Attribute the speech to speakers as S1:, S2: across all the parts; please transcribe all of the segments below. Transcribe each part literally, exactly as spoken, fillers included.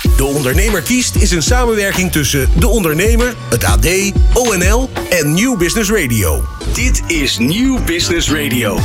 S1: De Ondernemer kiest is een samenwerking tussen De Ondernemer, het A D, O N L en Nieuw Business Radio. Dit is Nieuw Business Radio.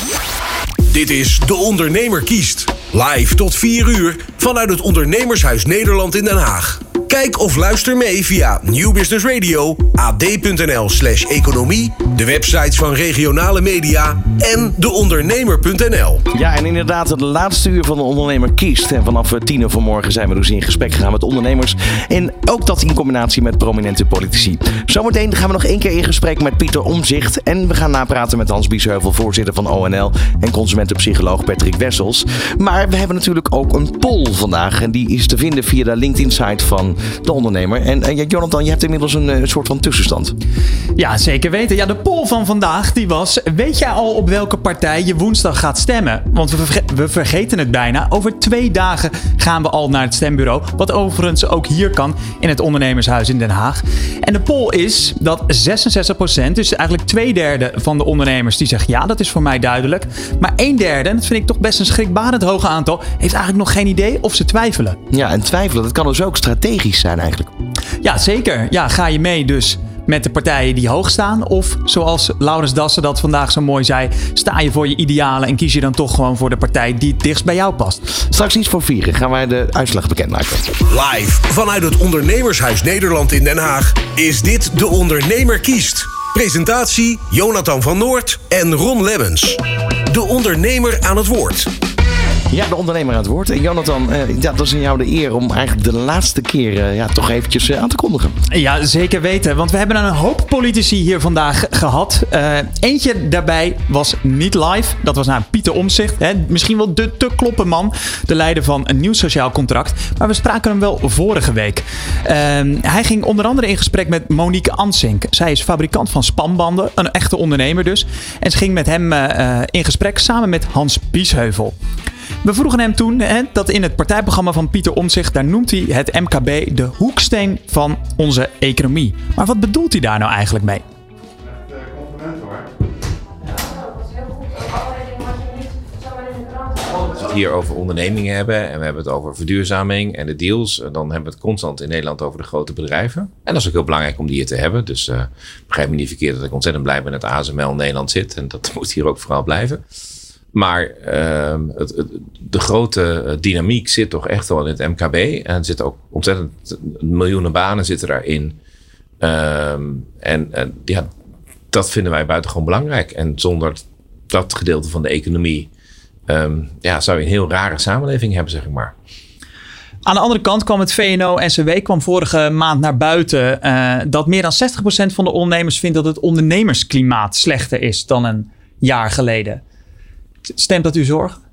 S1: Dit is De Ondernemer kiest. Live tot vier uur vanuit het Ondernemershuis Nederland in Den Haag. Kijk of luister mee via Nieuw Business Radio, a d punt n l slash economie, de websites van regionale media en de ondernemer punt n l.
S2: Ja, en inderdaad, het laatste uur van De Ondernemer kiest. En vanaf tien uur vanmorgen zijn we dus in gesprek gegaan met ondernemers. En ook dat in combinatie met prominente politici. Zometeen gaan we nog één keer in gesprek met Pieter Omtzigt. En we gaan napraten met Hans Biesheuvel, voorzitter van O N L. En consumentenpsycholoog Patrick Wessels. Maar we hebben natuurlijk ook een poll vandaag. En die is te vinden via de LinkedIn-site van De Ondernemer. En, en Jonathan, je hebt inmiddels een, een soort van tussenstand.
S3: Ja, zeker weten. Ja, de poll van vandaag die was: weet jij al op welke partij je woensdag gaat stemmen? Want we, verge- we vergeten het bijna. Over twee dagen gaan we al naar het stembureau. Wat overigens ook hier kan in het Ondernemershuis in Den Haag. En de poll is dat zesenzestig procent, dus eigenlijk twee derde van de ondernemers die zegt ja, dat is voor mij duidelijk. Maar een derde, en dat vind ik toch best een schrikbarend hoge aantal, heeft eigenlijk nog geen idee of ze twijfelen.
S2: Ja, en twijfelen, dat kan dus ook strategisch zijn eigenlijk.
S3: Ja, zeker. Ja, ga je mee dus met de partijen die hoog staan? Of zoals Laurens Dassen dat vandaag zo mooi zei, sta je voor je idealen en kies je dan toch gewoon voor de partij die het dichtst bij jou past?
S2: Straks iets voor vieren gaan wij de uitslag bekendmaken.
S1: Live vanuit het Ondernemershuis Nederland in Den Haag is dit De Ondernemer kiest. Presentatie Jonathan van Noort en Ron Lemmens. De Ondernemer aan het woord.
S2: Ja, de ondernemer aan het woord. En Jonathan, eh, ja, dat is aan jou de eer om eigenlijk de laatste keer eh, ja, toch eventjes eh, aan te kondigen.
S3: Ja, zeker weten. Want we hebben een hoop politici hier vandaag gehad. Uh, eentje daarbij was niet live. Dat was nou Pieter Omtzigt. Hè? Misschien wel de te kloppen man. De leider van een nieuw sociaal contract. Maar we spraken hem wel vorige week. Uh, hij ging onder andere in gesprek met Monique Ansink. Zij is fabrikant van spanbanden. Een echte ondernemer dus. En ze ging met hem uh, in gesprek samen met Hans Biesheuvel. We vroegen hem toen hè, dat in het partijprogramma van Pieter Omtzigt, daar noemt hij het M K B de hoeksteen van onze economie. Maar wat bedoelt hij daar nou eigenlijk mee?
S4: Met uh, componenten hoor.
S5: Ja, dat is heel goed. Allerlei dingen wat je niet zomaar in de krant hebt.
S6: Als we het hier over ondernemingen hebben en we hebben het over verduurzaming en de deals, dan hebben we het constant in Nederland over de grote bedrijven. En dat is ook heel belangrijk om die hier te hebben. Dus uh, begrijp me niet verkeerd dat ik ontzettend blij ben dat A S M L in Nederland zit. En dat moet hier ook vooral blijven. Maar uh, het, het, de grote dynamiek zit toch echt wel in het M K B. En er zitten ook ontzettend miljoenen banen zitten daarin. Um, en uh, ja, dat vinden wij buitengewoon belangrijk. En zonder dat gedeelte van de economie um, ja, zou je een heel rare samenleving hebben, zeg ik maar.
S3: Aan de andere kant kwam het V N O-N C W kwam vorige maand naar buiten uh, dat meer dan zestig procent van de ondernemers vindt dat het ondernemersklimaat slechter is dan een jaar geleden. Stemt dat u zorgen?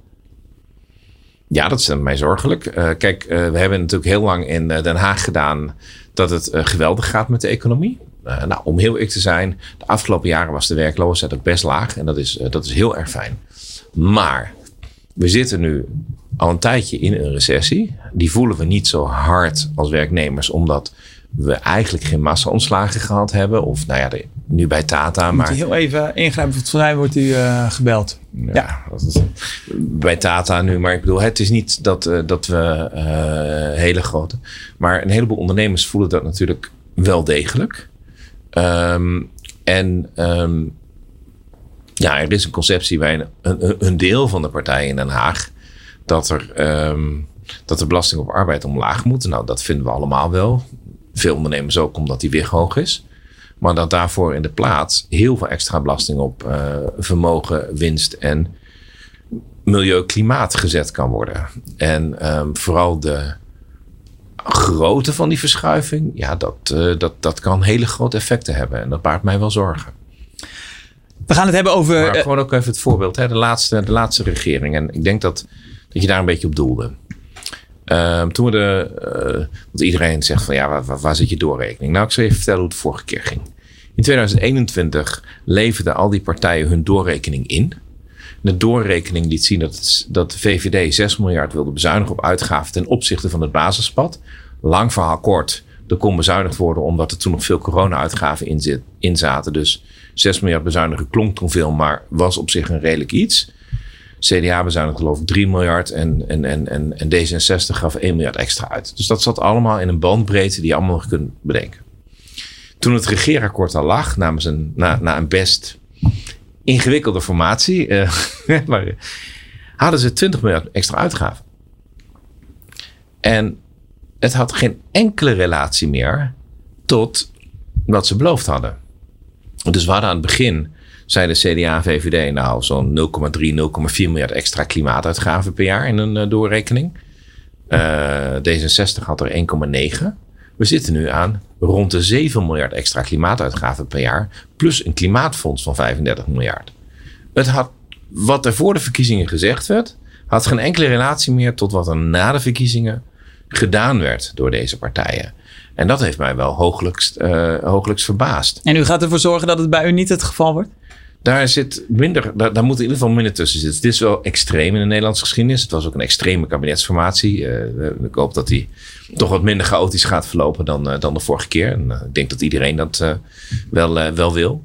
S6: Ja, dat stemt mij zorgelijk. Uh, kijk, uh, we hebben natuurlijk heel lang in uh, Den Haag gedaan dat het uh, geweldig gaat met de economie. Uh, nou, om heel eerlijk te zijn, de afgelopen jaren was de werkloosheid ook best laag. En dat is, uh, dat is heel erg fijn. Maar we zitten nu al een tijdje in een recessie. Die voelen we niet zo hard als werknemers, omdat we eigenlijk geen massa-ontslagen gehad hebben. Of nou ja, de, nu bij Tata.
S3: Moet
S6: maar
S3: u heel even ingrijpen, want voor mij wordt u uh, gebeld.
S6: Ja,
S3: Ja.
S6: dat is bij Tata nu. Maar ik bedoel, het is niet dat, uh, dat we uh, hele grote... Maar een heleboel ondernemers voelen dat natuurlijk wel degelijk. Um, en um, ja, er is een conceptie bij een, een, een deel van de partijen in Den Haag dat er um, dat de belasting op arbeid omlaag moet. Nou, dat vinden we allemaal wel. Veel ondernemers ook, omdat die weer hoog is. Maar dat daarvoor in de plaats heel veel extra belasting op uh, vermogen, winst en milieu, klimaat gezet kan worden. En um, vooral de grootte van die verschuiving, ja, dat, uh, dat, dat kan hele grote effecten hebben. En dat baart mij wel zorgen.
S3: We gaan het hebben over...
S6: Maar gewoon ook even het voorbeeld, hè, de, laatste, de laatste regering. En ik denk dat, dat je daar een beetje op doelde. Uh, toen we de, uh, want iedereen zegt van ja, waar, waar zit je doorrekening? Nou, ik zal je even vertellen hoe het vorige keer ging. In tweeduizend eenentwintig leverden al die partijen hun doorrekening in. De doorrekening liet zien dat, het, dat de V V D zes miljard wilde bezuinigen op uitgaven ten opzichte van het basispad. Lang verhaal kort, er kon bezuinigd worden omdat er toen nog veel corona-uitgaven in, zit, in zaten. Dus zes miljard bezuinigen klonk toen veel, maar was op zich een redelijk iets. C D A bezuinigde geloof ik drie miljard en, en, en, en, en D zesenzestig gaf één miljard extra uit. Dus dat zat allemaal in een bandbreedte die je allemaal nog kunt bedenken. Toen het regeerakkoord al lag, namens een, na, na een best ingewikkelde formatie, uh, maar, hadden ze twintig miljard extra uitgaven. En het had geen enkele relatie meer tot wat ze beloofd hadden. Dus we hadden aan het begin, zeiden C D A en V V D, nou zo'n nul komma drie, nul komma vier miljard extra klimaatuitgaven per jaar in een uh, doorrekening. Uh, D zesenzestig had er één komma negen. We zitten nu aan rond de zeven miljard extra klimaatuitgaven per jaar. Plus een klimaatfonds van vijfendertig miljard. Het had, wat er voor de verkiezingen gezegd werd, had geen enkele relatie meer tot wat er na de verkiezingen gedaan werd door deze partijen. En dat heeft mij wel hooglijkst, uh, hooglijkst verbaasd.
S3: En u gaat ervoor zorgen dat het bij u niet het geval wordt?
S6: Daar zit minder, daar, daar moet in ieder geval minder tussen zitten. Dit is wel extreem in de Nederlandse geschiedenis. Het was ook een extreme kabinetsformatie. Uh, ik hoop dat die toch wat minder chaotisch gaat verlopen dan, uh, dan de vorige keer. En, uh, ik denk dat iedereen dat uh, wel, uh, wel wil.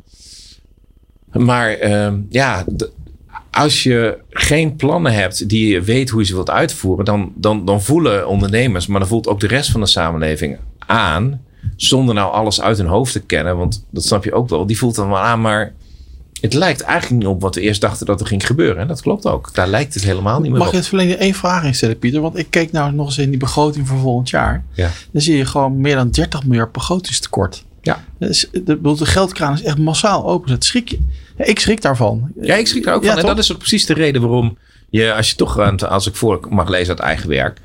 S6: Maar uh, ja, d- als je geen plannen hebt die je weet hoe je ze wilt uitvoeren, dan, dan, dan voelen ondernemers, maar dan voelt ook de rest van de samenleving aan, zonder nou alles uit hun hoofd te kennen, want dat snap je ook wel, die voelt dan wel aan, maar het lijkt eigenlijk niet op wat we eerst dachten dat er ging gebeuren. En dat klopt ook. Daar lijkt het helemaal niet meer
S7: Mag
S6: op.
S7: je het verleden één vraag instellen, Pieter? Want ik keek nou nog eens in die begroting voor volgend jaar.
S6: Ja.
S7: Dan zie je gewoon meer dan dertig miljard begrotingstekort.
S6: Ja.
S7: Dus de, de geldkraan is echt massaal openzet. Schrik je? Ja, ik schrik daarvan.
S6: Ja, ik schrik daar ook
S7: Ja,
S6: van. En
S7: toch?
S6: dat is ook precies de reden waarom je, als je toch, aan het- als ik voor mag lezen uit eigen werk,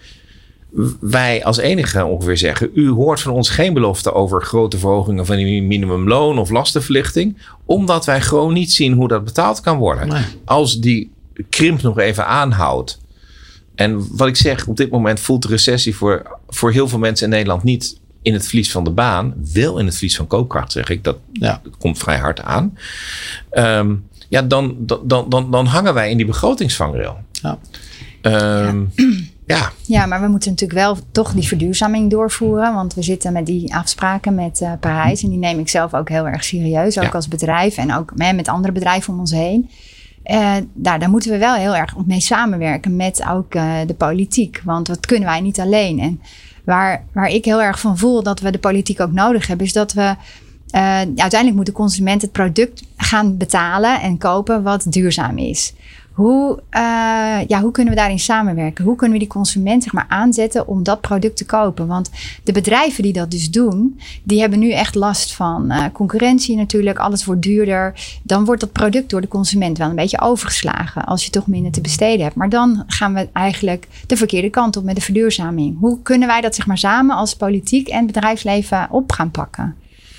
S6: wij als enige ongeveer zeggen, u hoort van ons geen belofte over grote verhogingen van die minimumloon of lastenverlichting, omdat wij gewoon niet zien hoe dat betaald kan worden.
S7: Nee.
S6: Als die krimp nog even aanhoudt. En wat ik zeg, op dit moment voelt de recessie voor, voor heel veel mensen in Nederland niet in het verlies van de baan, wel in het verlies van koopkracht, zeg ik. Dat,
S7: Ja.
S6: dat komt vrij hard aan. Um, ja, dan, dan, dan, dan hangen wij in die begrotingsvangrail.
S7: Ja.
S6: Um, ja. ja.
S8: Ja, maar we moeten natuurlijk wel toch die verduurzaming doorvoeren. Want we zitten met die afspraken met uh, Parijs. En die neem ik zelf ook heel erg serieus. Ook
S6: Ja.
S8: als bedrijf en ook hè, met andere bedrijven om ons heen. Uh, daar, daar moeten we wel heel erg mee samenwerken met ook uh, de politiek. Want dat kunnen wij niet alleen. En waar, waar ik heel erg van voel dat we de politiek ook nodig hebben, is dat we uh, uiteindelijk moet de consument het product gaan betalen en kopen wat duurzaam is. Hoe, uh, ja, hoe kunnen we daarin samenwerken? Hoe kunnen we die consument zeg maar, aanzetten om dat product te kopen? Want de bedrijven die dat dus doen, die hebben nu echt last van uh, concurrentie natuurlijk. Alles wordt duurder. Dan wordt dat product door de consument wel een beetje overgeslagen. Als je toch minder te besteden hebt. Maar dan gaan we eigenlijk de verkeerde kant op met de verduurzaming. Hoe kunnen wij dat zeg maar, samen als politiek en bedrijfsleven op gaan pakken?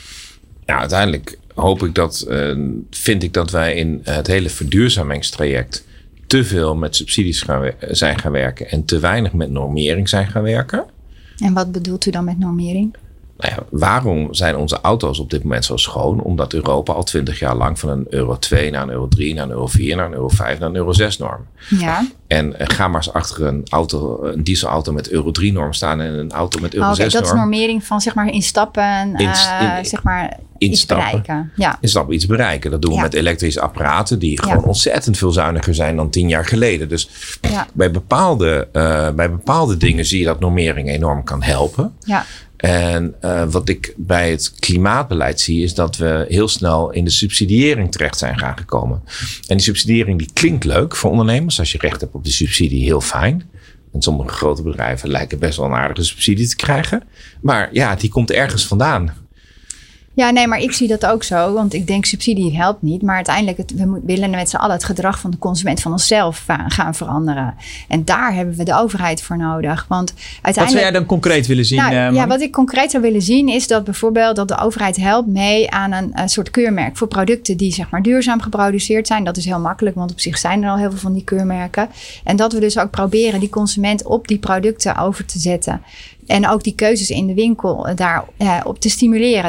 S6: Ja, uiteindelijk hoop ik dat, uh, vind ik dat wij in het hele verduurzamingstraject te veel met subsidies gaan we- zijn gaan werken en te weinig met normering zijn gaan werken.
S8: En wat bedoelt u dan met normering?
S6: Nou ja, waarom zijn onze auto's op dit moment zo schoon? Omdat Europa al twintig jaar lang van een euro twee naar een euro drie, naar een euro vier, naar een euro vijf, naar een euro zes norm.
S8: Ja.
S6: En eh, ga maar eens achter een, auto, een dieselauto met euro drie norm staan en een auto met euro
S8: Oh, Oké,
S6: zes
S8: dat is
S6: norm.
S8: normering van zeg maar instappen,
S6: In-
S8: uh,
S6: in-
S8: zeg maar iets
S6: instappen.
S8: bereiken. Ja.
S6: Is dat iets bereiken? Dat doen we
S8: Ja.
S6: met elektrische apparaten die gewoon
S8: Ja.
S6: ontzettend veel zuiniger zijn dan tien jaar geleden. Dus
S8: Ja.
S6: bij, bepaalde, uh, bij bepaalde dingen zie je dat normering enorm kan helpen.
S8: Ja.
S6: En uh, wat ik bij het klimaatbeleid zie, is dat we heel snel in de subsidiëring terecht zijn gaan gekomen. En die subsidiëring die klinkt leuk voor ondernemers. Als je recht hebt op die subsidie, heel fijn. En sommige grote bedrijven lijken best wel een aardige subsidie te krijgen. Maar ja, die komt ergens vandaan.
S8: Ja, nee, maar ik zie dat ook zo. Want ik denk subsidie helpt niet. Maar uiteindelijk, het, we mo- willen met z'n allen het gedrag van de consument van onszelf va- gaan veranderen. En daar hebben we de overheid voor nodig. Want uiteindelijk...
S3: Wat zou jij dan concreet willen zien?
S8: Nou,
S3: uh,
S8: ja,
S3: Monique?
S8: wat ik concreet zou willen zien is dat bijvoorbeeld dat de overheid helpt mee aan een, een soort keurmerk voor producten die zeg maar duurzaam geproduceerd zijn. Dat is heel makkelijk, want op zich zijn er al heel veel van die keurmerken. En dat we dus ook proberen die consument op die producten over te zetten. En ook die keuzes in de winkel daar uh, op te stimuleren. Dus bijvoorbeeld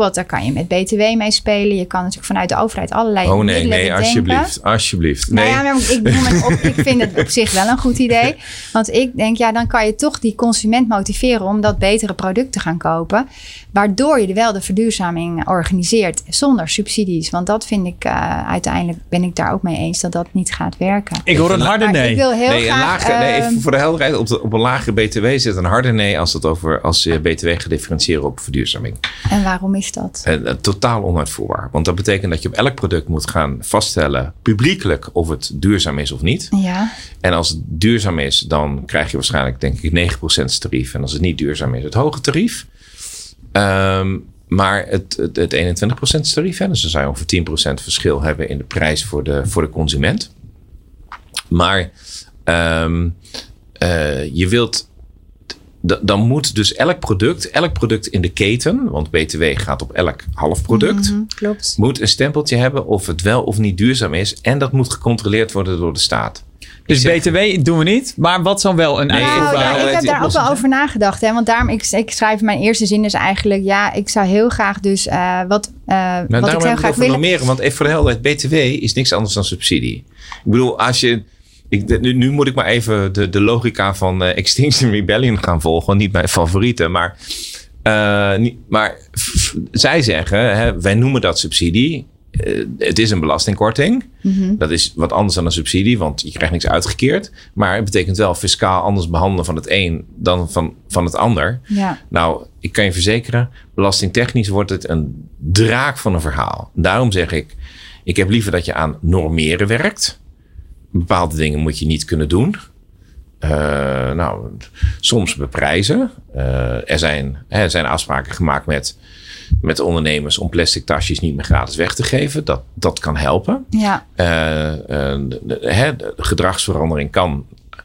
S8: bijvoorbeeld, daar kan je met B T W mee spelen. Je kan natuurlijk vanuit de overheid allerlei
S6: Oh nee,
S8: middelen
S6: nee,
S8: bedenken.
S6: alsjeblieft. Alsjeblieft. Nee.
S8: Nou ja, maar ik, noem het op, ik vind het op zich wel een goed idee. Want ik denk, ja, dan kan je toch die consument motiveren om dat betere product te gaan kopen. Waardoor je wel de verduurzaming organiseert zonder subsidies. Want dat vind ik, uh, uiteindelijk ben ik daar ook mee eens dat dat niet gaat werken.
S3: Ik hoor een harde
S8: Maar
S3: nee.
S8: ik wil heel
S6: Nee, een
S8: graag...
S6: lage, nee,
S8: uh,
S6: even voor de helderheid. Op, de, op een lage B T W zit een harde nee als, het over, als je B T W gaat differentiëren op verduurzaming.
S8: En waarom is dat?
S6: En, uh, totaal onuitvoerbaar. Want dat betekent dat je op elk product moet gaan vaststellen, publiekelijk, of het duurzaam is of niet.
S8: Ja.
S6: En als het duurzaam is, dan krijg je waarschijnlijk, denk ik, negen procent tarief. En als het niet duurzaam is, het hoge tarief. Um, maar het, het, het eenentwintig procent tarief, hè, dus dan zou je ongeveer tien procent verschil hebben in de prijs voor de, voor de consument. Maar um, uh, je wilt, d- dan moet dus elk product, elk product in de keten, want B T W gaat op elk half product,
S8: Mm-hmm, klopt.
S6: moet een stempeltje hebben of het wel of niet duurzaam is. En dat moet gecontroleerd worden door de staat.
S3: Dus
S6: Ik zeg-
S3: B T W doen we niet. Maar wat zou wel een
S6: Nee,
S3: uitvoerbare
S8: Nou, ja, ik heb daar ook
S3: oplossing
S8: wel over nagedacht. Hè? Want daarom, ik, ik schrijf mijn eerste zin is eigenlijk... ja, ik zou heel graag dus... Uh, wat, uh,
S6: Maar
S8: wat
S6: daarom
S8: ik
S6: heb
S8: heel
S6: ik het
S8: graag
S6: over
S8: willen...
S6: normeren. Want even voor de helderheid, B T W is niks anders dan subsidie. Ik bedoel, als je... Ik, nu, nu moet ik maar even de, de logica van uh, Extinction Rebellion gaan volgen. Niet mijn favoriete, maar... Uh, niet, maar f, zij zeggen, hè, wij noemen dat subsidie. Uh, het is een belastingkorting.
S8: Mm-hmm.
S6: Dat is wat anders dan een subsidie, want je krijgt niks uitgekeerd. Maar het betekent wel fiscaal anders behandelen van het een dan van, van het ander.
S8: Ja.
S6: Nou, ik kan je verzekeren, belastingtechnisch wordt het een draak van een verhaal. Daarom zeg ik, ik heb liever dat je aan normeren werkt. Bepaalde dingen moet je niet kunnen doen. Uh, nou, soms beprijzen. Uh, er, zijn, hè, er zijn afspraken gemaakt met, met de ondernemers om plastic tasjes niet meer gratis weg te geven. Dat, dat kan helpen.
S8: Ja.
S6: Uh, uh, de, de, hè, de gedragsverandering kan.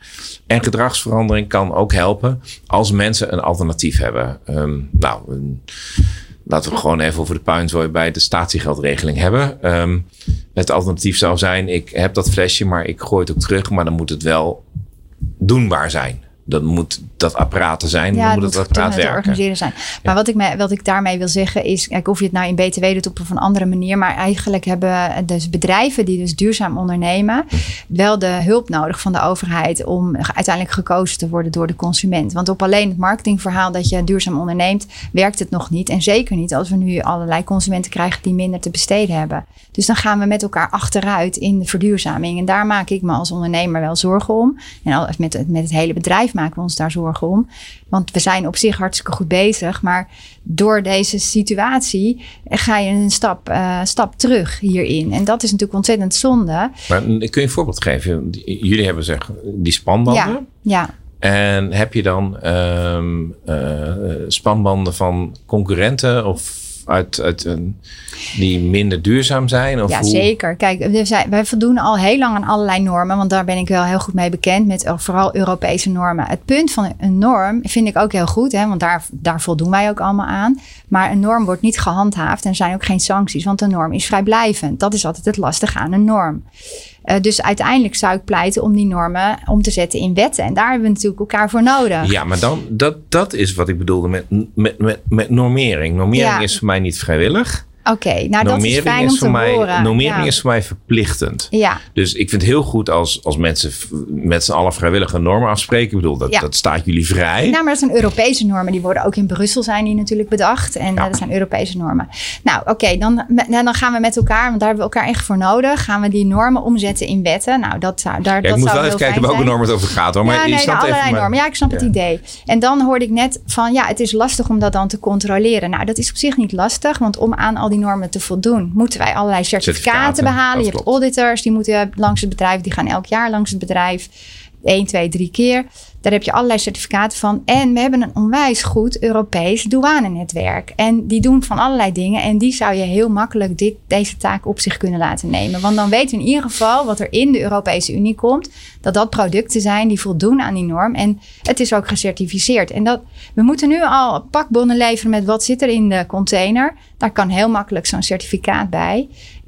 S6: En gedragsverandering kan ook helpen als mensen een alternatief hebben. Um, nou, um, laten we gewoon even over de puinzooi bij de statiegeldregeling hebben. Um, het alternatief zou zijn, ik heb dat flesje, maar ik gooi het ook terug. Maar dan moet het wel doenbaar zijn. Dat moet dat apparaten zijn.
S8: Ja,
S6: dan
S8: het
S6: moet het
S8: moet
S6: apparaat
S8: te
S6: werken.
S8: organiseren zijn. Maar wat, ik me, wat ik daarmee wil zeggen is... Kijk, of je het nou in B T W doet op een andere manier... maar eigenlijk hebben dus bedrijven die dus duurzaam ondernemen... wel de hulp nodig van de overheid... om uiteindelijk gekozen te worden door de consument. Want op alleen het marketingverhaal dat je duurzaam onderneemt... werkt het nog niet. En zeker niet als we nu allerlei consumenten krijgen... die minder te besteden hebben. Dus dan gaan we met elkaar achteruit in de verduurzaming. En daar maak ik me als ondernemer wel zorgen om. En met, met het hele bedrijf maken we ons daar zorgen om. Want we zijn op zich hartstikke goed bezig. Maar door deze situatie ga je een stap, uh, stap terug hierin. En dat is natuurlijk ontzettend zonde.
S6: Maar kun je een voorbeeld geven? Jullie hebben zeg, die spanbanden.
S8: Ja, ja.
S6: En heb je dan um, uh, spanbanden van concurrenten of uit, uit een, die minder duurzaam zijn? Of
S8: ja,
S6: hoe?
S8: zeker. Kijk, we zijn, wij voldoen al heel lang aan allerlei normen. Want daar ben ik wel heel goed mee bekend. Met vooral Europese normen. Het punt van een norm vind ik ook heel goed. Hè, want daar, daar voldoen wij ook allemaal aan. Maar een norm wordt niet gehandhaafd. En er zijn ook geen sancties. Want een norm is vrijblijvend. Dat is altijd het lastige aan een norm. Uh, dus uiteindelijk zou ik pleiten om die normen om te zetten in wetten. En daar hebben we natuurlijk elkaar voor nodig.
S6: Ja, maar dan, dat, dat is wat ik bedoelde met, met, met, met normering. Normering
S8: Ja.
S6: is voor mij niet vrijwillig.
S8: Oké, okay, nou dat is fijn om
S6: is
S8: te
S6: voor mij,
S8: horen.
S6: Normering
S8: ja.
S6: is voor mij verplichtend.
S8: Ja.
S6: Dus ik vind het heel goed als, als mensen met z'n allen vrijwillige normen afspreken. Ik bedoel, dat,
S8: ja.
S6: dat staat jullie vrij.
S8: Nou, maar dat zijn Europese normen. Die worden ook in Brussel zijn die natuurlijk bedacht. En ja. dat zijn Europese normen. Nou, oké, okay, dan, dan gaan we met elkaar, want daar hebben we elkaar echt voor nodig. Gaan we die normen omzetten in wetten. Nou, dat zou, daar,
S6: ja,
S8: dat
S6: ik moet
S8: zou
S6: wel even kijken
S8: welke
S6: welke normen het over gaat. Hoor. Maar
S8: ja,
S6: je
S8: nee,
S6: snapt
S8: allerlei
S6: even, maar...
S8: normen. Ja, ik snap
S6: ja.
S8: het idee. En dan hoorde ik net van, ja, het is lastig om dat dan te controleren. Nou, dat is op zich niet lastig. Want om aan al die normen te voldoen, moeten wij allerlei certificaten, certificaten behalen. Je hebt auditors, die moeten langs het bedrijf. Die gaan elk jaar langs het bedrijf. één, twee, drie keer. Daar heb je allerlei certificaten van. En we hebben een onwijs goed Europees douanenetwerk. En die doen van allerlei dingen. En die zou je heel makkelijk dit, deze taak op zich kunnen laten nemen. Want dan weten we in ieder geval wat er in de Europese Unie komt. Dat dat producten zijn die voldoen aan die norm. En het is ook gecertificeerd. En dat, we moeten nu al pakbonnen leveren met wat zit er in de container. Daar kan heel makkelijk zo'n certificaat bij.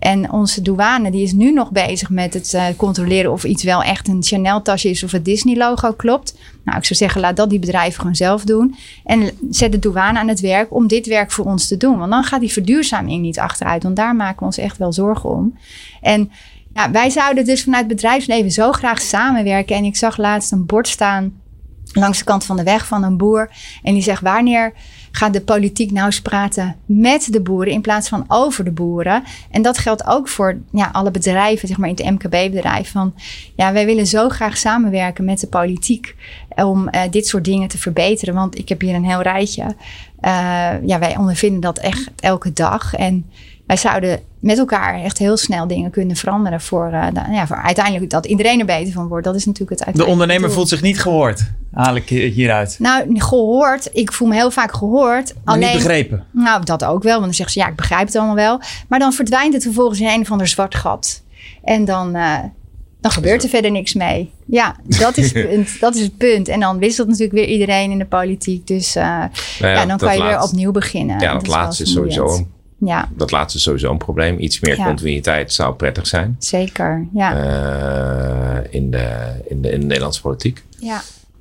S8: En onze douane die is nu nog bezig met het uh, controleren of iets wel echt een Chanel tasje is of het Disney logo klopt. Nou, ik zou zeggen, laat dat die bedrijven gewoon zelf doen. En zet de douane aan het werk om dit werk voor ons te doen. Want dan gaat die verduurzaming niet achteruit. Want daar maken we ons echt wel zorgen om. En ja, wij zouden dus vanuit het bedrijfsleven zo graag samenwerken. En ik zag laatst een bord staan langs de kant van de weg van een boer. En die zegt, wanneer gaat de politiek nou eens praten met de boeren in plaats van over de boeren? En dat geldt ook voor ja, alle bedrijven, zeg maar in het M K B-bedrijf. Van, ja, wij willen zo graag samenwerken met de politiek om uh, dit soort dingen te verbeteren. Want ik heb hier een heel rijtje. Uh, ja, wij ondervinden dat echt elke dag. En wij zouden met elkaar echt heel snel dingen kunnen veranderen voor, uh, de, ja, voor uiteindelijk dat iedereen er beter van wordt. Dat is natuurlijk het uiteindelijk.
S3: De ondernemer
S8: doel.
S3: voelt zich niet gehoord, haal ik hieruit.
S8: Nou, gehoord. Ik voel me heel vaak gehoord.
S3: Maar
S8: alleen,
S3: niet begrepen.
S8: Nou, dat ook wel. Want dan zeggen ze, ja, ik begrijp het allemaal wel. Maar dan verdwijnt het vervolgens in een of ander zwart gat. En dan, uh, dan gebeurt er verder niks mee. Ja, dat is, het punt, dat is het punt. En dan wisselt natuurlijk weer iedereen in de politiek. Dus uh, nou ja, ja, dan kan je laatst, weer opnieuw beginnen.
S6: Ja, dat, dat laatste is sowieso een
S8: Ja.
S6: Dat laatste is sowieso een probleem. Iets meer
S8: ja.
S6: continuïteit zou prettig zijn.
S8: Zeker, ja.
S6: Uh, in, de, in, de, in de Nederlandse politiek.
S8: Ja.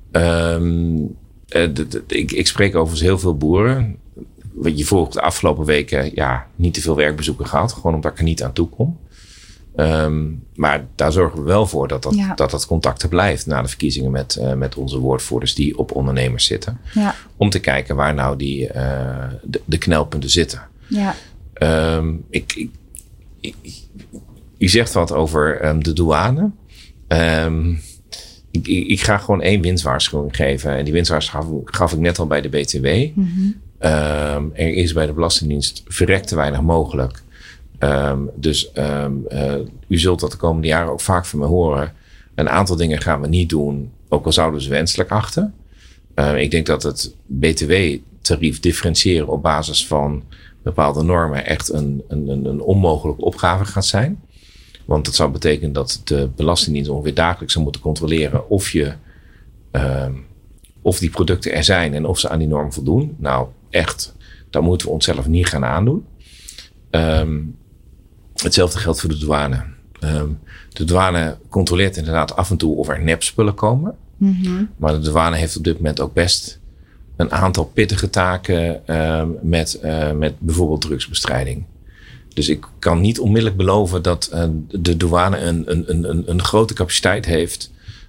S6: Um, uh, de, de, ik, ik spreek overigens heel veel boeren. Je volgt de afgelopen weken ja, niet te veel werkbezoeken gehad. Gewoon omdat ik er niet aan toe kom. Um, maar daar zorgen we wel voor dat dat, ja. dat, dat contact er blijft na de verkiezingen met, uh, met onze woordvoerders die op ondernemers zitten.
S8: Ja.
S6: Om te kijken waar nou die, uh, de, de knelpunten zitten.
S8: Ja.
S6: Um, ik, ik, ik, u zegt wat over um, de douane. Um, ik, ik, ik ga gewoon één winstwaarschuwing geven. En die winstwaarschuwing gaf, gaf ik net al bij de B T W. Mm-hmm. Um, er is bij de Belastingdienst verrekt te weinig mogelijk. Um, dus um, uh, u zult dat de komende jaren ook vaak van me horen. Een aantal dingen gaan we niet doen, ook al zouden we ze wenselijk achten. Uh, ik denk dat het B T W-tarief differentiëren op basis van bepaalde normen echt een, een, een onmogelijke opgave gaat zijn. Want dat zou betekenen dat de Belastingdienst ongeveer dagelijks zou moeten controleren of, je, uh, of die producten er zijn en of ze aan die norm voldoen. Nou, echt, dat moeten we onszelf niet gaan aandoen. Um, hetzelfde geldt voor de douane. Um, de douane controleert inderdaad af en toe of er nepspullen komen. Mm-hmm. Maar de douane heeft op dit moment ook best een aantal pittige taken um, met, uh, met bijvoorbeeld drugsbestrijding. Dus ik kan niet onmiddellijk beloven dat uh, de douane een, een, een, een grote capaciteit heeft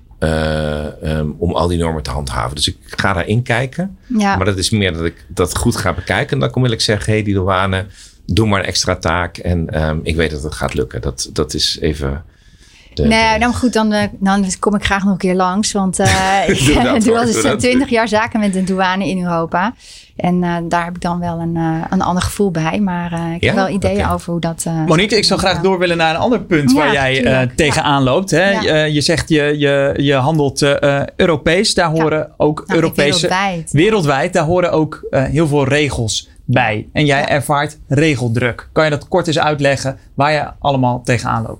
S6: uh, um, om al die normen te handhaven. Dus ik ga daarin kijken. Ja. Maar dat is meer dat ik dat goed ga bekijken. En dan kom ik zeggen, hé, hey, die douane, doe maar een extra taak. En um, ik weet dat het gaat lukken. Dat, dat is even... De,
S8: nee,
S6: de...
S8: nou goed, dan, dan kom ik graag nog een keer langs. Want uh, ik doe al dus twintig jaar zaken met de douane in Europa. En uh, daar heb ik dan wel een, uh, een ander gevoel bij. Maar uh, ik ja? heb wel ideeën okay. over hoe dat... Uh,
S3: Monique, ik zou graag door willen naar een ander punt ja, waar jij uh, tegenaan ja. loopt. Hè? Ja. Uh, je zegt je, je, je handelt uh, Europees. Daar horen ja. ook nou, Europese... Wereldwijd. Wereldwijd, daar horen ook uh, heel veel regels bij. En jij ja. ervaart regeldruk. Kan je dat kort eens uitleggen waar je allemaal tegenaan loopt?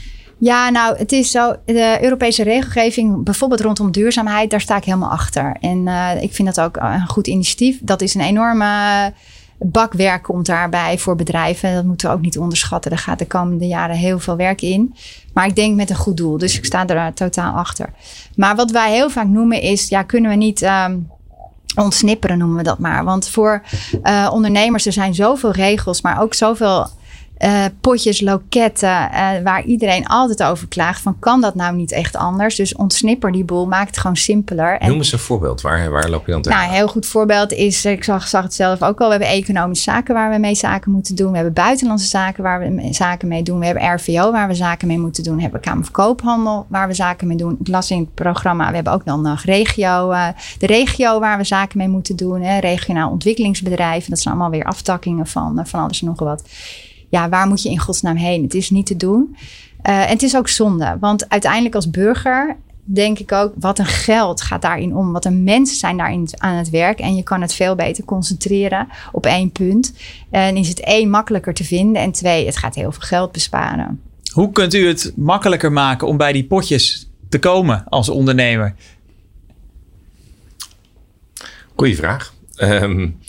S8: Ja, nou, het is zo. De Europese regelgeving, bijvoorbeeld rondom duurzaamheid, daar sta ik helemaal achter. En uh, ik vind dat ook een goed initiatief. Dat is een enorme bak werk komt daarbij voor bedrijven. Dat moeten we ook niet onderschatten. Er gaat de komende jaren heel veel werk in. Maar ik denk met een goed doel. Dus ik sta er uh, totaal achter. Maar wat wij heel vaak noemen is, ja, kunnen we niet... Um, ontsnipperen noemen we dat maar. Want voor uh, ondernemers, er zijn zoveel regels, maar ook zoveel uh, potjes, loketten, uh, waar iedereen altijd over klaagt van, kan dat nou niet echt anders? Dus ontsnipper die boel, maakt het gewoon simpeler.
S6: Noem eens een voorbeeld. Waar, waar loop je dan tegen?
S8: Nou, een heel goed voorbeeld is, ik zag, zag het zelf ook al, we hebben economische zaken waar we mee zaken moeten doen. We hebben buitenlandse zaken waar we zaken mee doen. We hebben R V O waar we zaken mee moeten doen. We hebben Kamer van Koophandel waar we zaken mee doen. Ik las in het programma, we hebben ook dan nog regio, uh, de regio waar we zaken mee moeten doen. Hè, regionaal ontwikkelingsbedrijven. Dat zijn allemaal weer aftakkingen van, uh, van alles en nog wat. Ja, waar moet je in godsnaam heen? Het is niet te doen. Uh, en het is ook zonde. Want uiteindelijk als burger denk ik ook, wat een geld gaat daarin om. Wat een mensen zijn daarin aan het werk. En je kan het veel beter concentreren op één punt. En is het één, makkelijker te vinden. En twee, het gaat heel veel geld besparen.
S3: Hoe kunt u het makkelijker maken om bij die potjes te komen als ondernemer?
S6: Goeie vraag. Um,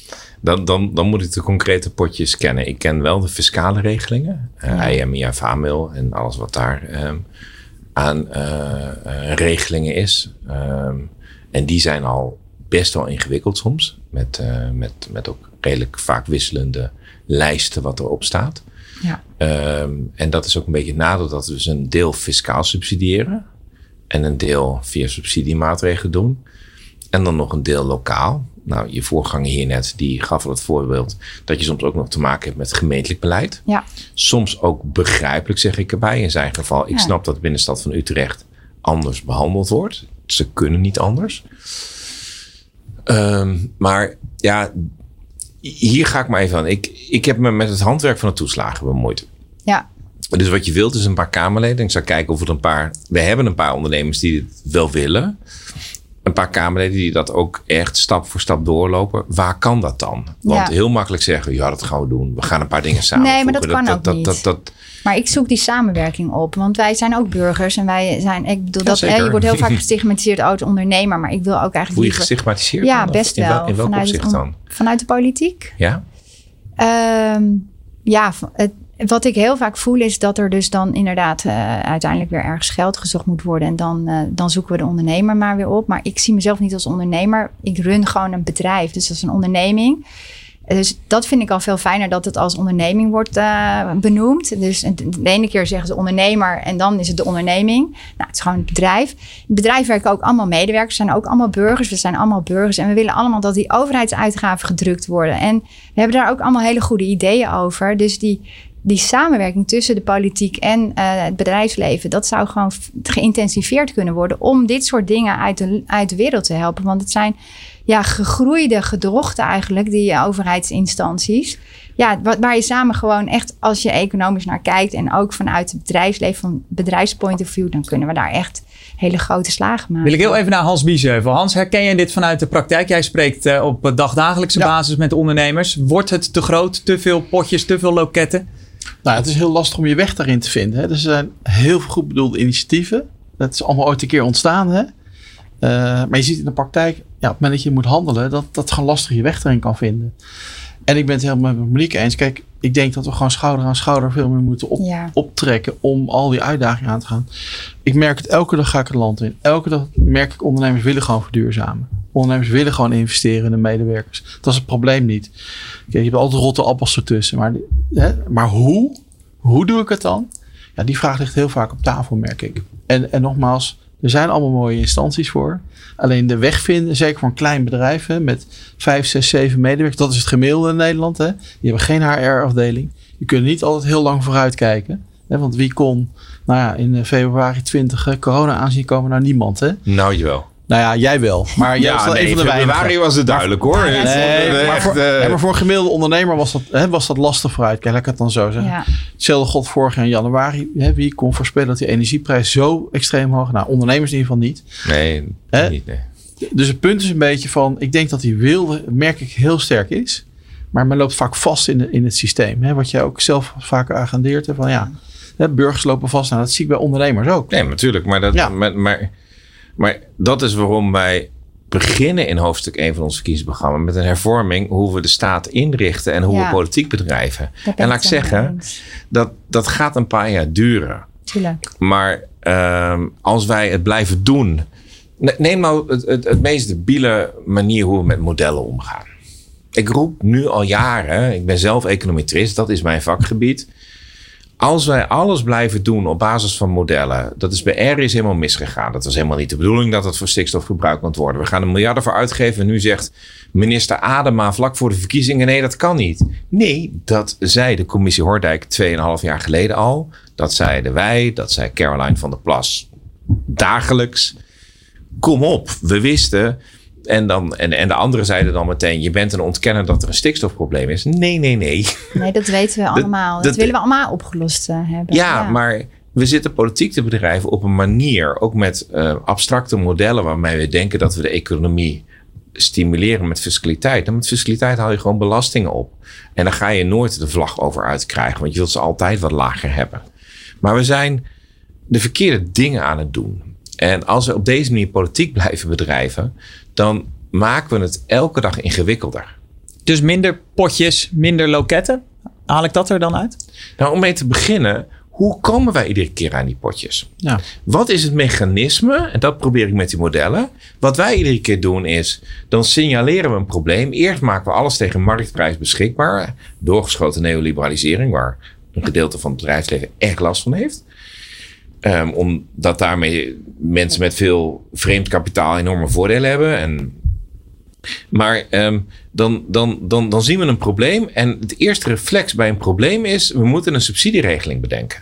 S6: dan, dan, dan moet ik de concrete potjes kennen. Ik ken wel de fiscale regelingen. Uh,
S8: Ja.
S6: I M I A, VAMIL en alles wat daar um, aan uh, uh, regelingen is. Um, en die zijn al best wel ingewikkeld soms. Met, uh, met, met ook redelijk vaak wisselende lijsten wat erop staat.
S8: Ja.
S6: Um, en dat is ook een beetje het nadeel dat we dus een deel fiscaal subsidiëren. En een deel via subsidiemaatregelen doen. En dan nog een deel lokaal. Nou, je voorganger hier net, die gaf al het voorbeeld dat je soms ook nog te maken hebt met gemeentelijk beleid.
S8: Ja.
S6: Soms ook begrijpelijk, zeg ik erbij. In zijn geval, ik
S8: Ja.
S6: snap dat de binnenstad van Utrecht anders behandeld wordt. Ze kunnen niet anders. Um, maar ja, hier ga ik maar even aan. Ik, ik heb me met het handwerk van de toeslagen bemoeid.
S8: Ja.
S6: Dus wat je wilt is een paar Kamerleden. Ik zou kijken of er een paar... We hebben een paar ondernemers die het wel willen. Een paar Kamerleden die dat ook echt stap voor stap doorlopen. Waar kan dat dan? Want
S8: Ja.
S6: heel makkelijk zeggen, ja, dat gaan we doen. We gaan een paar dingen samen.
S8: Nee, maar dat kan ook
S6: dat,
S8: niet.
S6: Dat, dat, dat,
S8: Maar ik zoek die samenwerking op. Want wij zijn ook burgers. En wij zijn... Ik bedoel,
S6: Ja,
S8: dat, hè,
S6: zeker.
S8: je wordt heel vaak gestigmatiseerd als ondernemer. Maar ik wil ook eigenlijk...
S6: voel je
S8: liever-
S6: gestigmatiseerd?
S8: Ja,
S6: dan?
S8: best
S6: in
S8: wel.
S6: Wel, in welk
S8: Vanuit het
S6: opzicht
S8: on-
S6: dan?
S8: Vanuit de politiek?
S6: Ja?
S8: Ehm, ja, v- het, wat ik heel vaak voel is dat er dus dan inderdaad uh, uiteindelijk weer ergens geld gezocht moet worden. En dan, uh, dan zoeken we de ondernemer maar weer op. Maar ik zie mezelf niet als ondernemer. Ik run gewoon een bedrijf. Dus dat is een onderneming. Dus dat vind ik al veel fijner dat het als onderneming wordt uh, benoemd. Dus de ene keer zeggen ze ondernemer en dan is het de onderneming. Nou, het is gewoon het bedrijf. In het bedrijf werken ook allemaal medewerkers. We zijn ook allemaal burgers. We zijn allemaal burgers. En we willen allemaal dat die overheidsuitgaven gedrukt worden. En we hebben daar ook allemaal hele goede ideeën over. Dus die, die samenwerking tussen de politiek en uh, het bedrijfsleven, dat zou gewoon geïntensiveerd kunnen worden om dit soort dingen uit de, uit de wereld te helpen. Want het zijn ja, gegroeide gedrochten eigenlijk, die overheidsinstanties. Ja, waar je samen gewoon echt, als je economisch naar kijkt en ook vanuit het bedrijfsleven, van bedrijfspoint of view, dan kunnen we daar echt hele grote slagen maken.
S3: Wil ik heel even naar Hans Biesheuvel. Hans, herken jij dit vanuit de praktijk? Jij spreekt uh, op dagdagelijkse
S7: Ja.
S3: basis met ondernemers. Wordt het te groot? Te veel potjes? Te veel loketten?
S7: Nou, het is heel lastig om je weg daarin te vinden. Hè. Dus er zijn heel veel goed bedoelde initiatieven. Dat is allemaal ooit een keer ontstaan. Hè. Uh, maar je ziet in de praktijk, ja, op het moment dat je moet handelen, dat dat gewoon lastig je weg erin kan vinden. En ik ben het helemaal met Monique eens. Kijk, ik denk dat we gewoon schouder aan schouder veel meer moeten op,
S8: Ja.
S7: optrekken om al die uitdagingen aan te gaan. Ik merk het, elke dag ga ik het land in. Elke dag merk ik, ondernemers willen gewoon verduurzamen. Ondernemers willen gewoon investeren in de medewerkers. Dat is het probleem niet. Kijk, je hebt altijd rotte appels ertussen. Maar, hè, maar hoe? Hoe doe ik het dan? Ja, die vraag ligt heel vaak op tafel, merk ik. En, en nogmaals, er zijn allemaal mooie instanties voor. Alleen de weg vinden, zeker voor een klein bedrijf hè, met vijf, zes, zeven medewerkers. Dat is het gemiddelde in Nederland. Hè. Die hebben geen H R-afdeling. Je kunt niet altijd heel lang vooruit kijken. Hè, want wie kon nou ja, in februari twintig uh, corona aanzien komen? Nou, niemand. Hè?
S6: Nou, jawel.
S7: Nou ja, jij wel. Maar jij was wel een van de weinigen.
S6: februari was het duidelijk hoor.
S8: Ja,
S6: Het-
S7: Nee,
S6: eh,
S7: maar
S6: echt,
S7: voor,
S6: eh,
S7: ja, maar voor een gemiddelde ondernemer was dat, hè, was dat lastig vooruit. Kijk, laat ik het dan zo zeggen.
S8: Ja.
S7: Hetzelfde god vorig jaar in januari. Hè, wie kon voorspellen dat die energieprijs zo extreem hoog... Nou, ondernemers in ieder geval niet.
S6: Nee,
S7: Hè?
S6: niet, nee.
S7: Dus het punt is een beetje van... Ik denk dat die wil, merk ik, heel sterk is. Maar men loopt vaak vast in, de, in het systeem. Hè, wat jij ook zelf vaak agendeert. Hè, van ja, hè, burgers lopen vast. Nou, dat zie ik bij ondernemers ook.
S6: Nee, natuurlijk. Maar dat,
S7: Ja.
S6: maar, maar, maar dat is waarom wij beginnen in hoofdstuk één van ons verkiezingsprogramma met een hervorming hoe we de staat inrichten en hoe
S8: Ja.
S6: we politiek bedrijven.
S8: Daar ben
S6: En laat ik
S8: het helemaal
S6: zeggen,
S8: eens.
S6: dat, dat gaat een paar jaar duren.
S8: Tuurlijk.
S6: Maar um, als wij het blijven doen. ne- Neem nou het, het, het meest debiele manier hoe we met modellen omgaan. Ik roep nu al jaren, ik ben zelf econometrist, dat is mijn vakgebied. Als wij alles blijven doen op basis van modellen, dat is bij R is helemaal misgegaan. Dat was helemaal niet de bedoeling dat het voor stikstof gebruikt moet worden. We gaan er miljarden voor uitgeven en nu zegt minister Adema vlak voor de verkiezingen, nee, dat kan niet. Nee, dat zei de commissie Hordijk tweeënhalf jaar geleden al. Dat zeiden wij, dat zei Caroline van der Plas dagelijks. Kom op, we wisten. En, dan, en, en de anderen zeiden dan meteen, je bent een ontkenner dat er een stikstofprobleem is. Nee, nee, nee.
S8: Nee, dat weten we allemaal. Dat,
S6: dat-
S8: willen we allemaal opgelost uh, hebben.
S6: Ja, maar we zitten politiek te bedrijven op een manier, ook met uh, abstracte modellen waarmee we denken dat we de economie stimuleren met fiscaliteit. En met fiscaliteit haal je gewoon belastingen op. En daar ga je nooit de vlag over uitkrijgen, want je wilt ze altijd wat lager hebben. Maar we zijn de verkeerde dingen aan het doen. En als we op deze manier politiek blijven bedrijven, dan maken we het elke dag ingewikkelder.
S3: Dus minder potjes, minder loketten. Haal ik dat er dan uit?
S6: Nou, om mee te beginnen, hoe komen wij iedere keer aan die potjes?
S7: Ja.
S6: Wat is het mechanisme? En dat probeer ik met die modellen. Wat wij iedere keer doen is, dan signaleren we een probleem. Eerst maken we alles tegen marktprijs beschikbaar. Doorgeschoten neoliberalisering, waar een gedeelte van het bedrijfsleven echt last van heeft. Um, omdat daarmee mensen met veel vreemd kapitaal enorme voordelen hebben. En, maar um, dan, dan, dan, dan zien we een probleem. En het eerste reflex bij een probleem is, we moeten een subsidieregeling bedenken.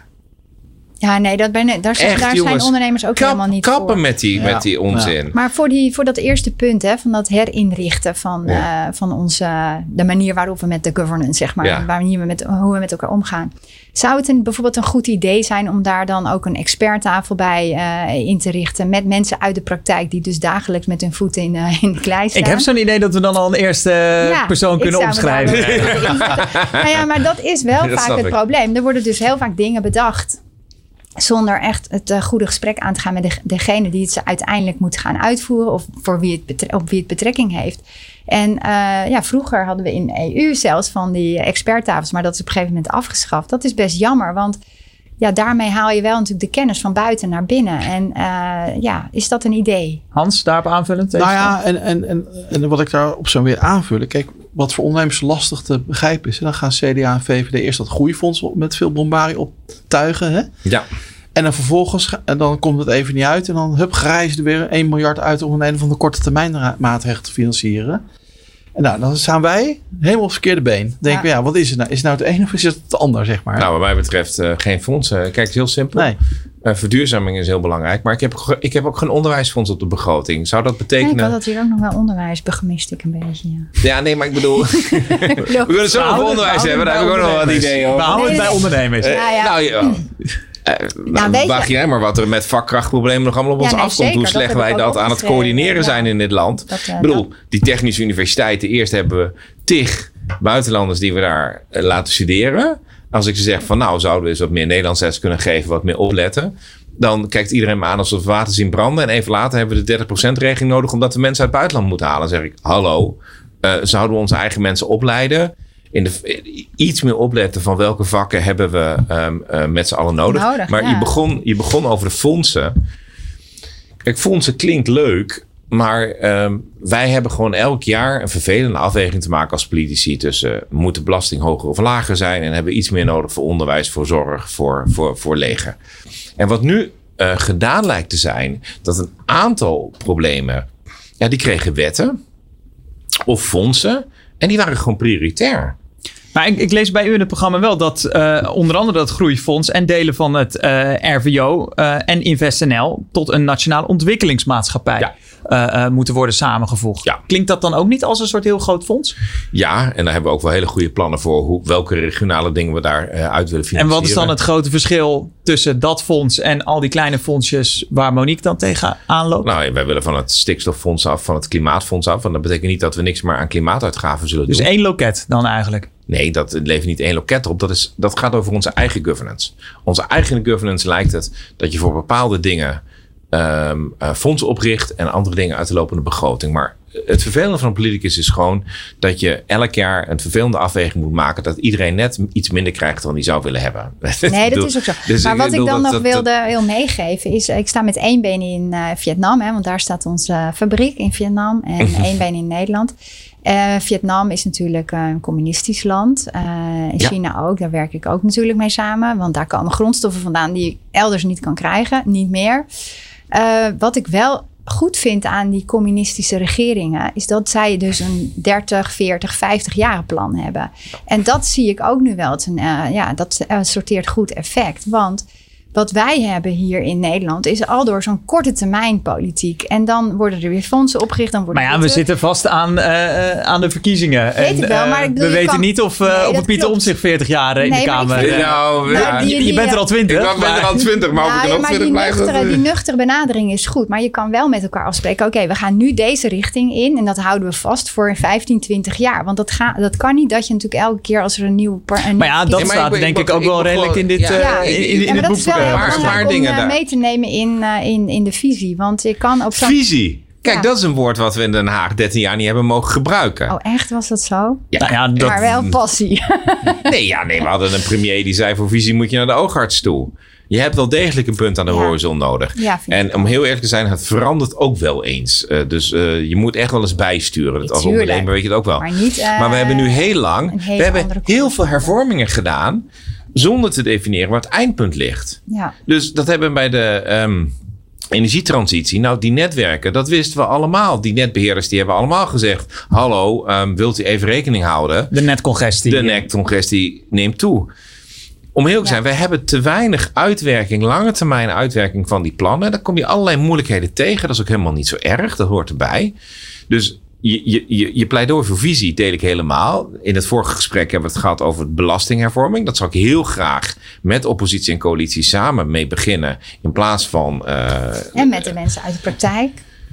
S8: Ja, nee, dat ben, daar, zijn,
S6: Echt,
S8: daar
S6: jongens,
S8: zijn ondernemers ook
S6: kap,
S8: helemaal niet
S6: kappen
S8: voor.
S6: met die,
S7: Ja.
S6: met die onzin.
S7: Ja.
S8: Maar voor, die, voor dat eerste punt, hè, van dat herinrichten van,
S6: Ja.
S8: uh, van onze, de manier waarop we met de governance, zeg maar,
S6: Ja.
S8: de manier we met, hoe we met elkaar omgaan. Zou het een, bijvoorbeeld een goed idee zijn om daar dan ook een experttafel bij uh, in te richten met mensen uit de praktijk die dus dagelijks met hun voeten in, uh, in de klei staan?
S3: Ik heb zo'n idee dat we dan al een eerste
S8: Ja,
S3: persoon
S8: ik
S3: kunnen
S8: zou me daar
S3: omschrijven.
S8: wel in zetten. Nou ja, maar dat is wel
S6: Ja, dat
S8: vaak
S6: snap
S8: het
S6: ik.
S8: probleem. Er worden dus heel vaak dingen bedacht zonder echt het uh, goede gesprek aan te gaan met de, degene die het ze uiteindelijk moet gaan uitvoeren of voor wie het betre- op wie het betrekking heeft. En uh, ja, vroeger hadden we in de E U zelfs van die experttafels, maar dat is op een gegeven moment afgeschaft. Dat is best jammer, want ja, daarmee haal je wel natuurlijk de kennis van buiten naar binnen. En uh, ja, is dat een idee?
S3: Hans, daarop aanvullend?
S7: Nou ja, en, en, en, en wat ik daarop zou weer aanvullen. Kijk, wat voor ondernemers lastig te begrijpen is. Dan gaan C D A en V V D eerst dat groeifonds met veel bombarie optuigen. Hè?
S6: Ja.
S7: En dan vervolgens, ga- en dan komt het even niet uit. En dan hup, grijzen er weer één miljard uit om een een van de korte termijn ra- maatregelen te financieren. En nou, dan staan wij helemaal op het verkeerde been. Dan denken
S8: Ja.
S7: we, ja, wat is het nou? Is het nou het een of is het het ander, zeg maar?
S6: Nou, wat mij betreft uh, geen fondsen. Kijk, het is heel simpel.
S7: Nee.
S6: Uh, verduurzaming is heel belangrijk. Maar ik heb, ge- ik heb ook geen onderwijsfonds op de begroting. Zou dat
S8: Ja, ik
S6: betekenen...
S8: had dat hier ook nog wel onderwijs, begemist ik een beetje. Ja.
S6: Ja, nee, maar ik bedoel... we kunnen zo over onderwijs hebben. Daar heb ik ook nog wat ideeën
S3: We
S6: over.
S3: houden het
S8: Nee,
S3: bij
S8: nee.
S3: ondernemers.
S8: Ja, ja.
S6: Nou, ja. Uh, nou,
S8: weet je-
S6: wacht jij maar wat er met vakkrachtproblemen nog allemaal op
S8: Ja,
S6: ons
S8: nee,
S6: afkomt.
S8: zeker.
S6: Hoe
S8: Dat
S6: slecht
S8: heb ik
S6: wij
S8: ook
S6: dat aan het
S8: opgeschreven,
S6: coördineren
S8: ja.
S6: zijn in dit land.
S8: Dat, uh,
S6: ik bedoel,
S8: dat-
S6: die technische universiteiten. Eerst hebben we tig buitenlanders die we daar uh, laten studeren. Als ik ze zeg van nou, zouden we eens wat meer Nederlands les kunnen geven. Wat meer opletten. Dan kijkt iedereen me aan alsof we water zien branden. En even later hebben we de dertig procent regeling nodig. Omdat we mensen uit het buitenland moeten halen. Dan zeg ik, hallo, uh, zouden we onze eigen mensen opleiden? In de, iets meer opletten van welke vakken hebben we um, uh, met z'n allen nodig.
S8: Nodig,
S6: maar
S8: ja.
S6: je, begon, je begon over de fondsen. Kijk, fondsen klinkt leuk. Maar um, wij hebben gewoon elk jaar een vervelende afweging te maken als politici. Tussen uh, moet de belasting hoger of lager zijn. En hebben we iets meer nodig voor onderwijs, voor zorg, voor, voor, voor leger. En wat nu uh, gedaan lijkt te zijn. Dat een aantal problemen. Ja, die kregen wetten. Of fondsen. En die waren gewoon prioritair.
S3: Maar ik, ik lees bij u in het programma wel dat uh, onder andere dat Groeifonds en delen van het uh, R V O uh, en InvestNL tot een nationale ontwikkelingsmaatschappij
S6: Ja.
S3: uh, uh, moeten worden samengevoegd.
S6: Ja.
S3: Klinkt dat dan ook niet als een soort heel groot fonds?
S6: Ja, en daar hebben we ook wel hele goede plannen voor. Hoe, welke regionale dingen we daar uh, uit willen financieren.
S3: En wat is dan het grote verschil tussen dat fonds en al die kleine fondsjes waar Monique dan tegenaan loopt?
S6: Nou, wij willen van het stikstoffonds af, van het klimaatfonds af. En dat betekent niet dat we niks meer aan klimaatuitgaven zullen
S3: Dus
S6: doen.
S3: één loket dan eigenlijk?
S6: Nee, dat levert niet één loket op. Dat, is, dat gaat over onze eigen governance. Onze eigen governance lijkt het dat je voor bepaalde dingen um, uh, fondsen opricht en andere dingen uit de lopende begroting. Maar het vervelende van een politicus is gewoon dat je elk jaar een vervelende afweging moet maken dat iedereen net iets minder krijgt dan hij zou willen hebben.
S8: Nee, dat is ook zo.
S6: Dus
S8: maar wat ik
S6: bedoel,
S8: dan
S6: dat-
S8: nog
S6: dat-
S8: wilde wil meegeven is, ik sta met één been in uh, Vietnam, hè, want daar staat onze fabriek in Vietnam en één been in Nederland. Uh, Vietnam is natuurlijk een communistisch land. Uh, in
S6: Ja.
S8: China ook, daar werk ik ook natuurlijk mee samen, want daar komen grondstoffen vandaan die ik elders niet kan krijgen, niet meer. Uh, wat ik wel goed vind aan die communistische regeringen is dat zij dus een dertig, veertig, vijftig jaren plan hebben. En dat zie ik ook nu wel. Het is een, uh, ja, dat uh, sorteert goed effect. Want wat wij hebben hier in Nederland is al door zo'n korte termijn politiek. En dan worden er weer fondsen opgericht. Dan worden
S3: Maar ja, we
S8: weer-
S3: zitten vast aan, uh, aan de verkiezingen.
S8: Weet
S3: en,
S8: ik wel,
S3: uh,
S8: maar ik bedoel,
S3: we
S8: je
S3: weten
S8: kan-
S3: niet of, uh,
S8: Nee,
S3: of
S8: dat
S3: het Pieter
S8: klopt.
S3: Omtzigt veertig jaar in
S8: Nee,
S3: de
S8: maar ik
S3: Kamer...
S8: vind-
S3: uh,
S6: Nou,
S8: Nou,
S6: ja,
S8: die-
S3: je,
S8: die-
S3: je bent er al twintig.
S6: ik ben er al twintig, maar of ik
S8: Ja,
S6: er
S8: ja,
S6: nog
S8: maar
S6: twintig
S8: die
S6: blijf.
S8: nuchtere,
S6: dat-
S8: die nuchtere benadering is goed. Maar je kan wel met elkaar afspreken. Oké, we gaan nu deze richting in. En dat houden we vast voor vijftien, twintig jaar. Want dat, ga, dat kan niet dat je natuurlijk elke keer als er een nieuw... par- een
S3: Maar ja,
S8: nieuw
S3: dat
S6: Nee, maar
S3: staat
S6: ik-
S3: denk
S6: ik-
S3: ik ook
S6: ik-
S3: wel
S6: ik-
S3: redelijk in dit,
S6: ja,
S3: uh,
S8: Ja,
S3: in, in, in
S8: ja,
S3: dit
S8: maar dat is wel
S3: boek.
S8: heel
S6: Maar-
S8: belangrijk
S6: maar
S8: om
S6: dingen
S8: uh,
S6: daar.
S8: mee te nemen in, uh, in, in de visie. Want je kan op zo'n...
S6: Visie. Kijk,
S8: Ja.
S6: dat is een woord wat we in Den Haag dertien jaar niet hebben mogen gebruiken.
S8: Oh, echt? Was dat zo?
S6: Ja.
S3: Nou ja, dat,
S8: Maar wel passie.
S6: Nee, ja, nee, we hadden een premier die zei: voor visie moet je naar de oogarts toe. Je hebt wel degelijk een punt aan de
S8: Ja.
S6: horizon nodig.
S8: Ja, vind ik
S6: En om heel eerlijk te zijn, het verandert ook wel eens. Uh, dus uh, je moet echt wel eens bijsturen. Dat als
S8: Tuurlijk.
S6: ondernemer weet je het ook wel.
S8: Maar niet, uh,
S6: maar we hebben nu heel lang,
S8: een hele
S6: we hebben
S8: andere
S6: heel
S8: koers.
S6: veel hervormingen gedaan zonder te definiëren waar het eindpunt ligt.
S8: Ja.
S6: Dus dat hebben we bij de um, energietransitie. Nou, die netwerken, dat wisten we allemaal. Die netbeheerders die hebben allemaal gezegd: hallo, um, wilt u even rekening houden?
S3: de netcongestie.
S6: De netcongestie neemt toe. Om heel te zijn,
S8: Ja.
S6: wij hebben te weinig uitwerking, lange termijn uitwerking van die plannen. Daar kom je allerlei moeilijkheden tegen. Dat is ook helemaal niet zo erg. Dat hoort erbij. Dus je, je, je, je pleidooi voor visie deel ik helemaal. In het vorige gesprek hebben we het gehad over belastinghervorming. Dat zou ik heel graag met oppositie en coalitie samen mee beginnen. In plaats van... Uh,
S8: En met de mensen uit de praktijk.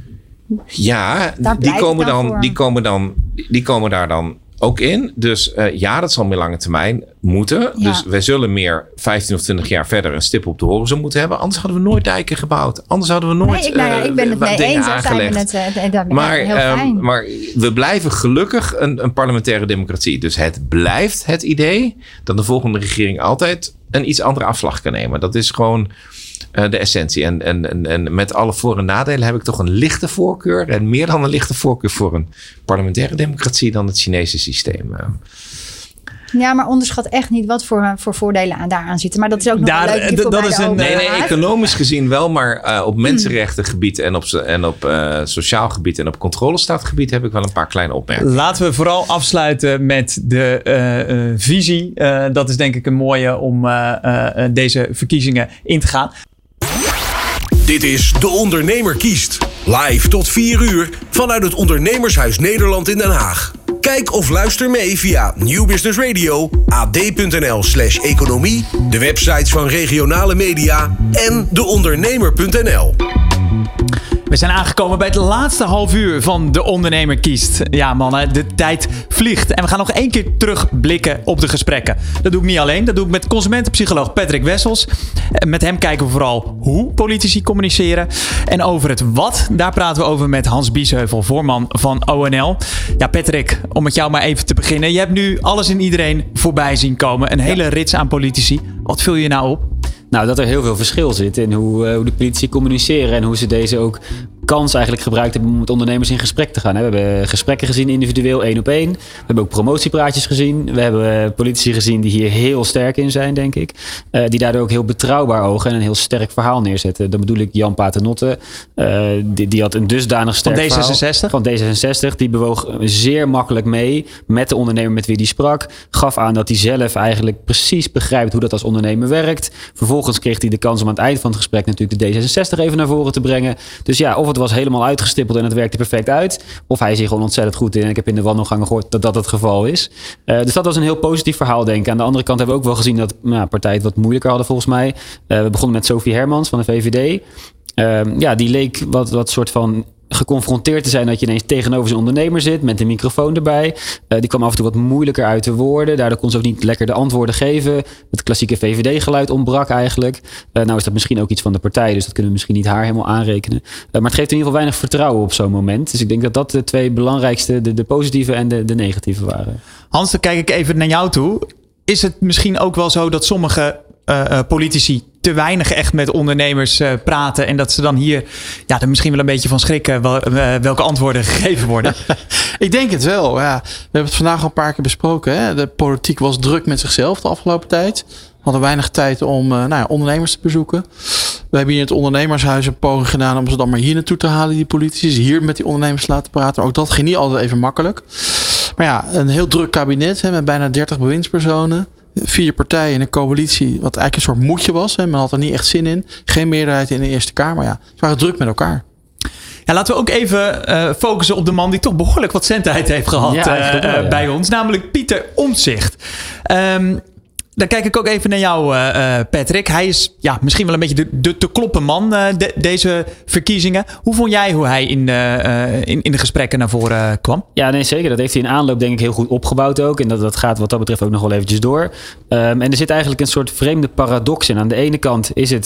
S6: Ja,
S8: Daar
S6: die
S8: pleit
S6: komen,
S8: ik dan
S6: dan,
S8: voor.
S6: die, komen dan, die komen daar dan ook in. Dus uh, ja, dat zal meer lange termijn moeten.
S8: Ja.
S6: Dus wij zullen meer vijftien of twintig jaar verder een stip op de horizon moeten hebben. Anders hadden we nooit dijken gebouwd. Anders hadden we nooit
S8: Nee, ik, nou ja, ik ben het
S6: uh,
S8: mee
S6: dingen
S8: eens. Daar zijn we
S6: aangelegd.
S8: het, uh, daar ben
S6: Maar,
S8: ik heel fijn.
S6: um, maar we blijven gelukkig een, een parlementaire democratie. Dus het blijft het idee dat de volgende regering altijd een iets andere afslag kan nemen. Dat is gewoon uh, de essentie. En, en, en, en met alle voor- en nadelen heb ik toch een lichte voorkeur. En meer dan een lichte voorkeur voor een parlementaire democratie dan het Chinese systeem. Uh.
S8: Ja, maar onderschat echt niet wat voor, voor voordelen aan daaraan zitten. Maar dat is ook nog
S3: Daar-
S8: wel leuk.
S3: d- dat is een-
S6: Nee, nee,
S8: economie.
S6: economisch gezien wel, maar uh, op mensenrechtengebied en op, en op uh, sociaal gebied en op controlestaatgebied heb ik wel een paar kleine opmerkingen.
S3: Laten we vooral afsluiten met de uh, uh, visie. Uh, dat is denk ik een mooie om uh, uh, deze verkiezingen in te gaan.
S1: Dit is De Ondernemer kiest. Live tot vier uur vanuit het Ondernemershuis Nederland in Den Haag. Kijk of luister mee via Nieuw Business Radio, ad.nl slash economie, de websites van regionale media en deondernemer punt n l.
S3: We zijn aangekomen bij het laatste half uur van De Ondernemer kiest. Ja mannen, de tijd vliegt. En we gaan nog één keer terugblikken op de gesprekken. Dat doe ik niet alleen. Dat doe ik met consumentenpsycholoog Patrick Wessels. Met hem kijken we vooral hoe politici communiceren. En over het wat, daar praten we over met Hans Biesheuvel, voorman van O N L. Ja Patrick, om met jou maar even te beginnen. Je hebt nu alles en iedereen voorbij zien komen. Een hele rits aan politici. Wat viel je nou op?
S9: Nou, dat er heel veel verschil zit in hoe, uh, hoe de politici communiceren en hoe ze deze ook kans eigenlijk gebruikt hebben om met ondernemers in gesprek te gaan. We hebben gesprekken gezien individueel, één op één. We hebben ook promotiepraatjes gezien. We hebben politici gezien die hier heel sterk in zijn, denk ik. Uh, die daardoor ook heel betrouwbaar ogen en een heel sterk verhaal neerzetten. Dan bedoel ik Jan Paternotte. Uh, die, die had een dusdanig sterk
S3: Van D zesenzestig?
S9: verhaal. Van D zesenzestig. Die bewoog zeer makkelijk mee met de ondernemer met wie die sprak. Gaf aan dat hij zelf eigenlijk precies begrijpt hoe dat als ondernemer werkt. Vervolgens kreeg hij de kans om aan het eind van het gesprek natuurlijk de D zesenzestig even naar voren te brengen. Dus ja, of het was helemaal uitgestippeld en het werkte perfect uit. Of hij is hier gewoon ontzettend goed in. En ik heb in de wandelgangen gehoord dat dat het geval is. Uh, dus dat was een heel positief verhaal, denk ik. Aan de andere kant hebben we ook wel gezien dat nou, partijen het wat moeilijker hadden volgens mij. Uh, we begonnen met Sophie Hermans van de V V D. Uh, ja, die leek wat, wat soort van geconfronteerd te zijn dat je ineens tegenover zijn ondernemer zit met een microfoon erbij. Uh, die kwam af en toe wat moeilijker uit de woorden. Daardoor kon ze ook niet lekker de antwoorden geven. Het klassieke V V D-geluid ontbrak eigenlijk. Uh, nou is dat misschien ook iets van de partij, dus dat kunnen we misschien niet haar helemaal aanrekenen. Uh, maar het geeft in ieder geval weinig vertrouwen op zo'n moment. Dus ik denk dat dat de twee belangrijkste, de, de positieve en de, de negatieve waren.
S3: Hans, dan kijk ik even naar jou toe. Is het misschien ook wel zo dat sommige uh, uh, politici te weinig echt met ondernemers uh, praten en dat ze dan hier ja, er misschien wel een beetje van schrikken wel, uh, welke antwoorden gegeven worden?
S7: Ik denk het wel. Ja. We hebben het vandaag al een paar keer besproken. Hè? De politiek was druk met zichzelf de afgelopen tijd. We hadden weinig tijd om uh, nou ja, ondernemers te bezoeken. We hebben hier in het ondernemershuis een poging gedaan om ze dan maar hier naartoe te halen, die politici. Dus hier met die ondernemers te laten praten. Ook dat ging niet altijd even makkelijk. Maar ja, een heel druk kabinet hè, met bijna dertig bewindspersonen. Vier partijen in een coalitie, wat eigenlijk een soort moedje was. Hè. Men had er niet echt zin in. Geen meerderheid in de Eerste Kamer. Ja, ze waren druk met elkaar.
S3: Ja, laten we ook even uh, focussen op de man die toch behoorlijk wat zendtijd heeft gehad
S9: ja,
S3: uh,
S9: wel, ja.
S3: bij ons. Namelijk Pieter Omtzigt. Um, Dan kijk ik ook even naar jou, uh, Patrick. Hij is ja, misschien wel een beetje de, de te kloppen man, uh, de, deze verkiezingen. Hoe vond jij hoe hij in, uh, in, in de gesprekken naar voren uh, kwam?
S9: Ja, nee, zeker. Dat heeft hij in aanloop denk ik heel goed opgebouwd ook. En dat, dat gaat wat dat betreft ook nog wel eventjes door. Um, en er zit eigenlijk een soort vreemde paradox in. Aan de ene kant is het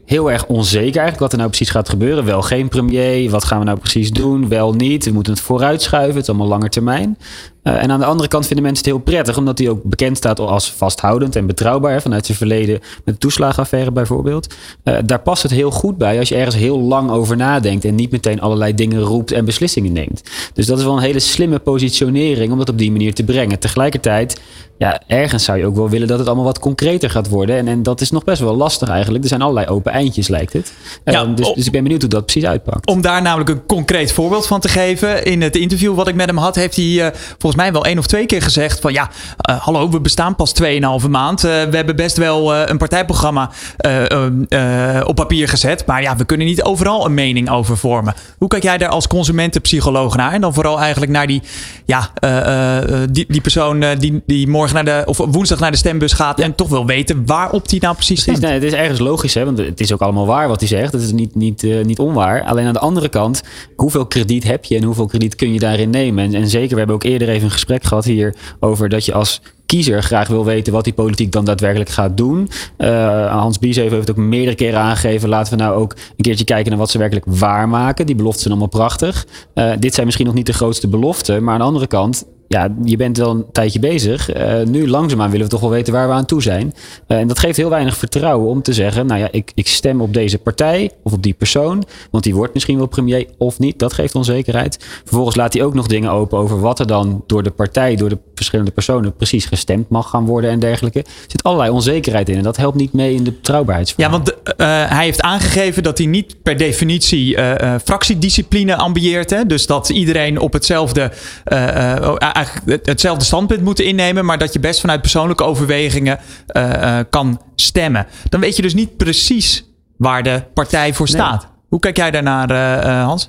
S9: heel erg onzeker eigenlijk wat er nou precies gaat gebeuren. Wel geen premier, wat gaan we nou precies doen? Wel niet, we moeten het vooruitschuiven, het is allemaal langer termijn. Uh, en aan de andere kant vinden mensen het heel prettig, omdat hij ook bekend staat als vasthoudend en betrouwbaar, hè, vanuit zijn verleden met de toeslagenaffaire bijvoorbeeld. Uh, daar past het heel goed bij als je ergens heel lang over nadenkt en niet meteen allerlei dingen roept en beslissingen neemt. Dus dat is wel een hele slimme positionering om dat op die manier te brengen. Tegelijkertijd, ja, ergens zou je ook wel willen dat het allemaal wat concreter gaat worden. En, en dat is nog best wel lastig eigenlijk. Er zijn allerlei open eindjes, lijkt het. Uh,
S3: Ja,
S9: dus, dus ik ben benieuwd hoe dat precies uitpakt.
S3: Om daar namelijk een concreet voorbeeld van te geven. In het interview wat ik met hem had, heeft hij uh, volgens mij wel één of twee keer gezegd van ja, uh, hallo, we bestaan pas tweeënhalve maand. Uh, we hebben best wel uh, een partijprogramma uh, uh, uh, op papier gezet. Maar ja, we kunnen niet overal een mening over vormen. Hoe kijk jij daar als consumentenpsycholoog naar? En dan vooral eigenlijk naar die, ja, uh, uh, die, die persoon uh, die, die morgen naar de, of woensdag naar de stembus gaat en toch wil weten waarop die nou precies stemt.
S9: Nee, het is ergens logisch, hè, want het is ook allemaal waar wat hij zegt. Het is niet, niet, uh, niet onwaar. Alleen aan de andere kant, hoeveel krediet heb je en hoeveel krediet kun je daarin nemen? En, en zeker, we hebben ook eerder even een gesprek gehad hier over dat je als kiezer graag wil weten wat die politiek dan daadwerkelijk gaat doen. Uh, Hans Biesheuvel heeft ook meerdere keren aangegeven, laten we nou ook een keertje kijken naar wat ze werkelijk waarmaken. Die beloften zijn allemaal prachtig. Uh, dit zijn misschien nog niet de grootste beloften, maar aan de andere kant, ja, je bent wel een tijdje bezig. Uh, nu langzaamaan willen we toch wel weten waar we aan toe zijn. Uh, en dat geeft heel weinig vertrouwen om te zeggen, nou ja, ik, ik stem op deze partij of op die persoon, want die wordt misschien wel premier of niet. Dat geeft onzekerheid. Vervolgens laat hij ook nog dingen open over wat er dan door de partij, door de verschillende personen precies gestemd mag gaan worden en dergelijke. Er zit allerlei onzekerheid in en dat helpt niet mee in de betrouwbaarheidsvraag.
S3: Ja, want uh, hij heeft aangegeven dat hij niet per definitie uh, uh, fractiediscipline ambieert. Hè? Dus dat iedereen op hetzelfde, uh, uh, eigenlijk hetzelfde standpunt moet innemen, maar dat je best vanuit persoonlijke overwegingen uh, uh, kan stemmen. Dan weet je dus niet precies waar de partij voor staat. Nee. Hoe kijk jij daarnaar, uh, uh, Hans?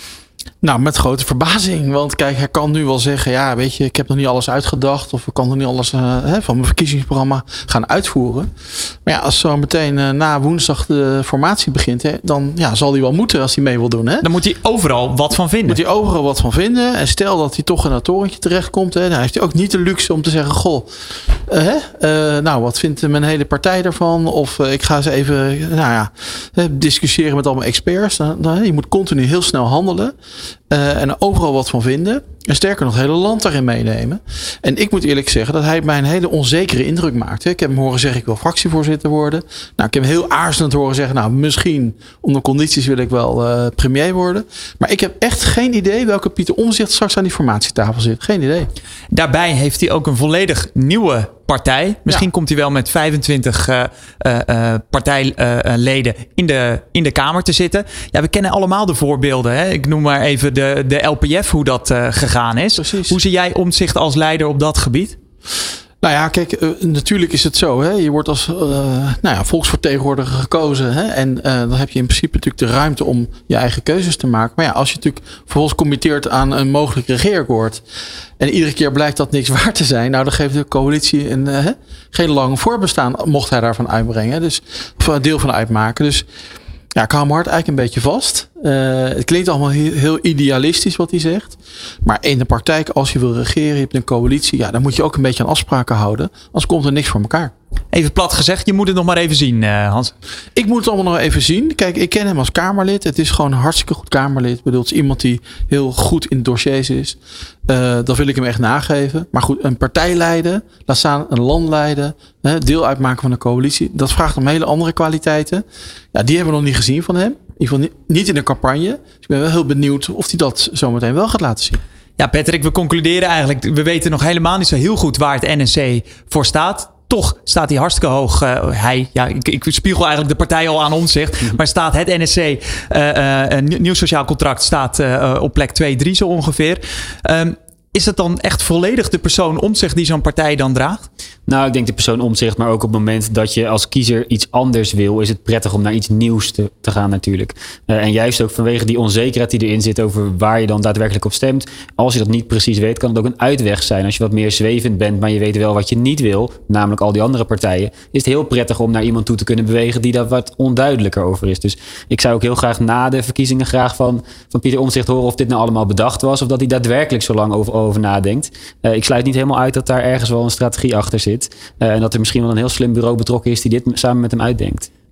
S7: Nou, met grote verbazing. Want kijk, hij kan nu wel zeggen, ja, weet je, ik heb nog niet alles uitgedacht. Of ik kan nog niet alles uh, hè, van mijn verkiezingsprogramma gaan uitvoeren. Maar ja, als zo meteen uh, na woensdag de formatie begint, hè, dan ja, zal hij wel moeten als hij mee wil doen. Hè?
S3: Dan moet hij overal wat van vinden.
S7: Moet hij overal wat van vinden. En stel dat hij toch in dat torentje terechtkomt, hè, dan heeft hij ook niet de luxe om te zeggen, goh, uh, uh, nou, wat vindt mijn hele partij daarvan? Of uh, ik ga eens even, nou ja, discussiëren met allemaal experts. Dan, dan, je moet continu heel snel handelen. Uh, en overal wat van vinden. En sterker nog, het hele land daarin meenemen. En ik moet eerlijk zeggen dat hij mij een hele onzekere indruk maakt. Ik heb hem horen zeggen, ik wil fractievoorzitter worden. Nou, ik heb hem heel aarzelend horen zeggen, nou, misschien onder condities wil ik wel uh, premier worden. Maar ik heb echt geen idee welke Pieter Omtzigt straks aan die formatietafel zit. Geen idee.
S3: Daarbij heeft hij ook een volledig nieuwe partij. Misschien ja. komt hij wel met vijfentwintig uh, uh, uh, partijleden uh, in, de, in de Kamer te zitten. Ja, we kennen allemaal de voorbeelden. Hè? Ik noem maar even de, de L P F, hoe dat uh, gegaan is. Precies. Hoe zie jij Omtzigt als leider op dat gebied?
S7: Nou ja, kijk, uh, natuurlijk is het zo. Hè? Je wordt als uh, nou ja, volksvertegenwoordiger gekozen. Hè? En uh, dan heb je in principe natuurlijk de ruimte om je eigen keuzes te maken. Maar ja, als je natuurlijk vervolgens committeert aan een mogelijk regeerakkoord. En iedere keer blijkt dat niks waar te zijn. Nou, dan geeft de coalitie een, uh, geen lang voorbestaan. Mocht hij daarvan uitbrengen. Dus, of deel van uitmaken. Dus ja, ik hou mijn hart eigenlijk een beetje vast. Uh, het klinkt allemaal heel, heel idealistisch wat hij zegt. Maar in de praktijk, als je wil regeren, je hebt een coalitie. Ja, dan moet je ook een beetje aan afspraken houden. Anders komt er niks voor elkaar.
S3: Even plat gezegd, je moet het nog maar even zien, uh, Hans.
S7: Ik moet het allemaal nog even zien. Kijk, ik ken hem als Kamerlid. Het is gewoon een hartstikke goed Kamerlid. Ik bedoel, het is iemand die heel goed in dossiers is. Uh, dat wil ik hem echt nageven. Maar goed, een partij leiden, laat staan een land leiden, hè, deel uitmaken van een coalitie. Dat vraagt om hele andere kwaliteiten. Ja, die hebben we nog niet gezien van hem. In ieder geval niet in de campagne. Dus ik ben wel heel benieuwd of hij dat zometeen wel gaat laten zien.
S3: Ja, Patrick, we concluderen eigenlijk. We weten nog helemaal niet zo heel goed waar het N S C voor staat. Toch staat hij hartstikke hoog. Uh, hij, ja, ik, ik spiegel eigenlijk de partij al aan Omtzigt. Maar staat het N S C, uh, uh, een nieuw sociaal contract, staat uh, op plek twee, drie zo ongeveer. Um, Is het dan echt volledig de persoon Omtzigt die zo'n partij dan draagt?
S9: Nou, ik denk de persoon Omtzigt, maar ook op het moment dat je als kiezer iets anders wil, is het prettig om naar iets nieuws te, te gaan natuurlijk. Uh, en juist ook vanwege die onzekerheid die erin zit over waar je dan daadwerkelijk op stemt. Als je dat niet precies weet, kan het ook een uitweg zijn. Als je wat meer zwevend bent, maar je weet wel wat je niet wil, namelijk al die andere partijen, is het heel prettig om naar iemand toe te kunnen bewegen die daar wat onduidelijker over is. Dus ik zou ook heel graag na de verkiezingen graag van, van Pieter Omtzigt horen of dit nou allemaal bedacht was, of dat hij daadwerkelijk zo lang over, over nadenkt. Uh, ik sluit niet helemaal uit dat daar ergens wel een strategie achter zit. Uh, en dat er misschien wel een heel slim bureau betrokken is die dit samen met hem uitdenkt.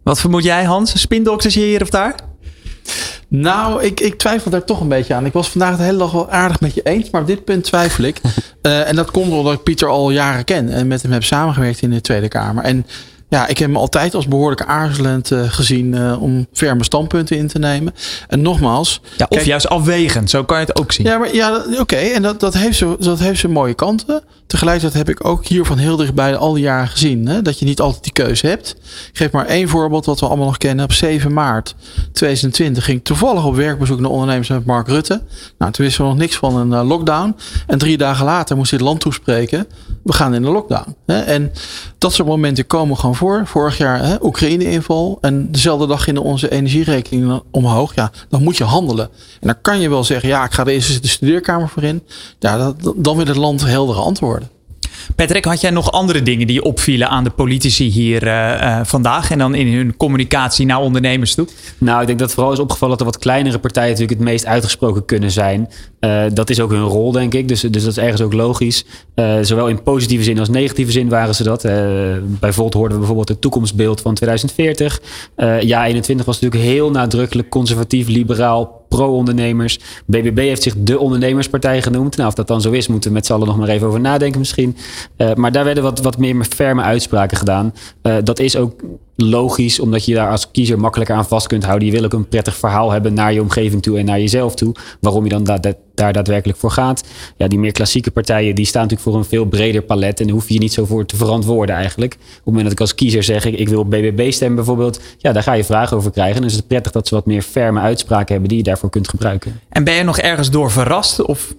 S3: Wat vermoed jij, Hans? Spindokters hier of daar?
S7: Nou, ik, ik twijfel daar toch een beetje aan. Ik was vandaag de hele dag wel aardig met je eens, maar op dit punt twijfel ik. Uh, en dat komt omdat ik Pieter al jaren ken en met hem heb samengewerkt in de Tweede Kamer. En ja, ik heb hem altijd als behoorlijk aarzelend uh, gezien uh, om ferme standpunten in te nemen. En nogmaals...
S3: Ja, of kijk, juist afwegend, zo kan je het ook zien.
S7: Ja, maar ja, oké. Okay, en dat, dat, heeft zo, dat heeft zijn mooie kanten. Tegelijkertijd heb ik ook hier van heel dichtbij al die jaren gezien. Hè, dat je niet altijd die keuze hebt. Ik geef maar één voorbeeld wat we allemaal nog kennen. Op zeven maart tweeduizend twintig ging ik toevallig op werkbezoek naar ondernemers met Mark Rutte. Nou, toen wisten we nog niks van een uh, lockdown. En drie dagen later moest hij het land toespreken. We gaan in de lockdown. Hè. En dat soort momenten komen gewoon voor. Vorig jaar hè, Oekraïne-inval. En dezelfde dag gingen onze energierekeningen omhoog. Ja, dan moet je handelen. En dan kan je wel zeggen, ja, ik ga er eerst de studeerkamer voor in. Ja, dat, dan wil het land heldere antwoorden.
S3: Patrick, had jij nog andere dingen die je opvielen aan de politici hier uh, uh, vandaag en dan in hun communicatie naar ondernemers toe?
S9: Nou, ik denk dat vooral is opgevallen dat er wat kleinere partijen natuurlijk het meest uitgesproken kunnen zijn. Uh, dat is ook hun rol, denk ik. Dus, dus dat is ergens ook logisch. Uh, zowel in positieve zin als negatieve zin waren ze dat. Uh, bij Volt hoorden we bijvoorbeeld het toekomstbeeld van tweeduizend veertig. Uh, ja, eenentwintig was natuurlijk heel nadrukkelijk conservatief, liberaal, pro-ondernemers. B B B heeft zich de ondernemerspartij genoemd. Nou, of dat dan zo is, moeten we met z'n allen nog maar even over nadenken misschien. Uh, maar daar werden wat, wat meer ferme uitspraken gedaan. Uh, dat is ook logisch, omdat je daar als kiezer makkelijker aan vast kunt houden. Je wil ook een prettig verhaal hebben naar je omgeving toe en naar jezelf toe. Waarom je dan da- da- daar daadwerkelijk voor gaat. Ja, die meer klassieke partijen, die staan natuurlijk voor een veel breder palet. En daar hoef je je niet zo voor te verantwoorden eigenlijk. Op het moment dat ik als kiezer zeg, ik, ik wil B B B stemmen bijvoorbeeld. Ja, daar ga je vragen over krijgen. En dan is het prettig dat ze wat meer ferme uitspraken hebben die je daarvoor kunt gebruiken.
S3: En ben je nog ergens door verrast? Of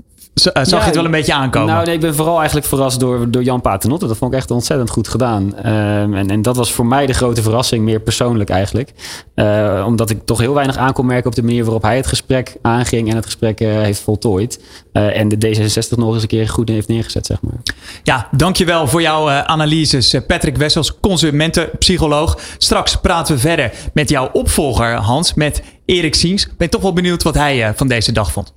S3: zag ja, je het wel een beetje aankomen?
S9: Nou, nee, ik ben vooral eigenlijk verrast door, door Jan Paternotte. Dat vond ik echt ontzettend goed gedaan. Um, en, en dat was voor mij de grote verrassing, meer persoonlijk eigenlijk. Uh, omdat ik toch heel weinig aan kon merken op de manier waarop hij het gesprek aanging en het gesprek uh, heeft voltooid. Uh, en de D zesenzestig nog eens een keer goed heeft neergezet, zeg maar.
S3: Ja, dankjewel voor jouw uh, analyses. Patrick Wessels, consumentenpsycholoog. Straks praten we verder met jouw opvolger, Hans, met Erik Siens. Ik ben toch wel benieuwd wat hij uh, van deze dag vond.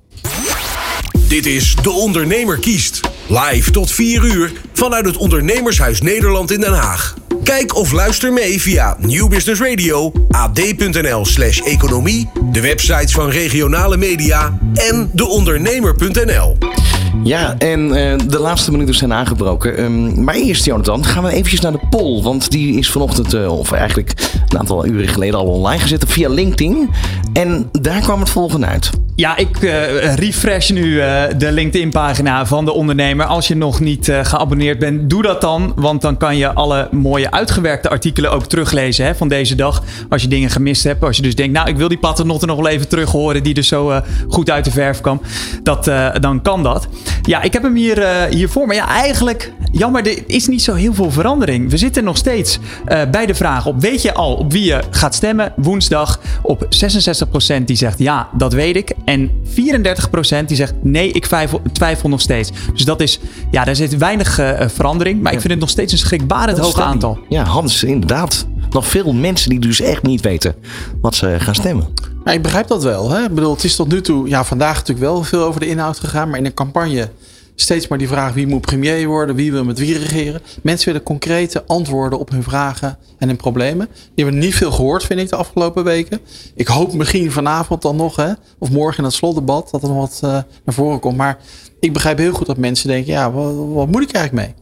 S1: Dit is De Ondernemer kiest. Live tot vier uur vanuit het Ondernemershuis Nederland in Den Haag. Kijk of luister mee via Nieuw Business Radio, a d punt n l slash economie, de websites van regionale media en de ondernemer punt n l.
S2: Ja, en uh, de laatste minuten zijn aangebroken. Um, maar eerst, Jonathan, gaan we eventjes naar de poll. Want die is vanochtend, uh, of eigenlijk een aantal uren geleden al online gezet via LinkedIn. En daar kwam het volgende uit.
S3: Ja, ik uh, refresh nu uh, de LinkedIn-pagina van De Ondernemer. Als je nog niet uh, geabonneerd bent, doe dat dan. Want dan kan je alle mooie uitgewerkte artikelen ook teruglezen hè, van deze dag. Als je dingen gemist hebt. Als je dus denkt, nou, ik wil die Paternotte nog wel even terug horen. Die dus zo uh, goed uit de verf kwam. Dat, uh, dan kan dat. Ja, ik heb hem hier, uh, hier voor. Maar ja, eigenlijk, jammer, er is niet zo heel veel verandering. We zitten nog steeds uh, bij de vraag op. Weet je al op wie je gaat stemmen woensdag? Op zesenzestig procent die zegt, ja, dat weet ik. En vierendertig procent die zegt, nee, ik twijfel, twijfel nog steeds. Dus dat is, ja, daar zit weinig uh, verandering. Maar ja, ik vind het nog steeds een schrikbarend hoog aantal.
S2: Ja, Hans, inderdaad. Nog veel mensen die dus echt niet weten wat ze gaan stemmen.
S7: Ja, ik begrijp dat wel. Hè? Ik bedoel, het is tot nu toe, ja, vandaag natuurlijk wel veel over de inhoud gegaan. Maar in een campagne steeds maar die vraag, wie moet premier worden? Wie wil met wie regeren? Mensen willen concrete antwoorden op hun vragen en hun problemen. Die hebben niet veel gehoord, vind ik, de afgelopen weken. Ik hoop misschien vanavond dan nog, hè, of morgen in het slotdebat, dat er nog wat uh, naar voren komt. Maar ik begrijp heel goed dat mensen denken, ja, wat, wat moet ik eigenlijk mee?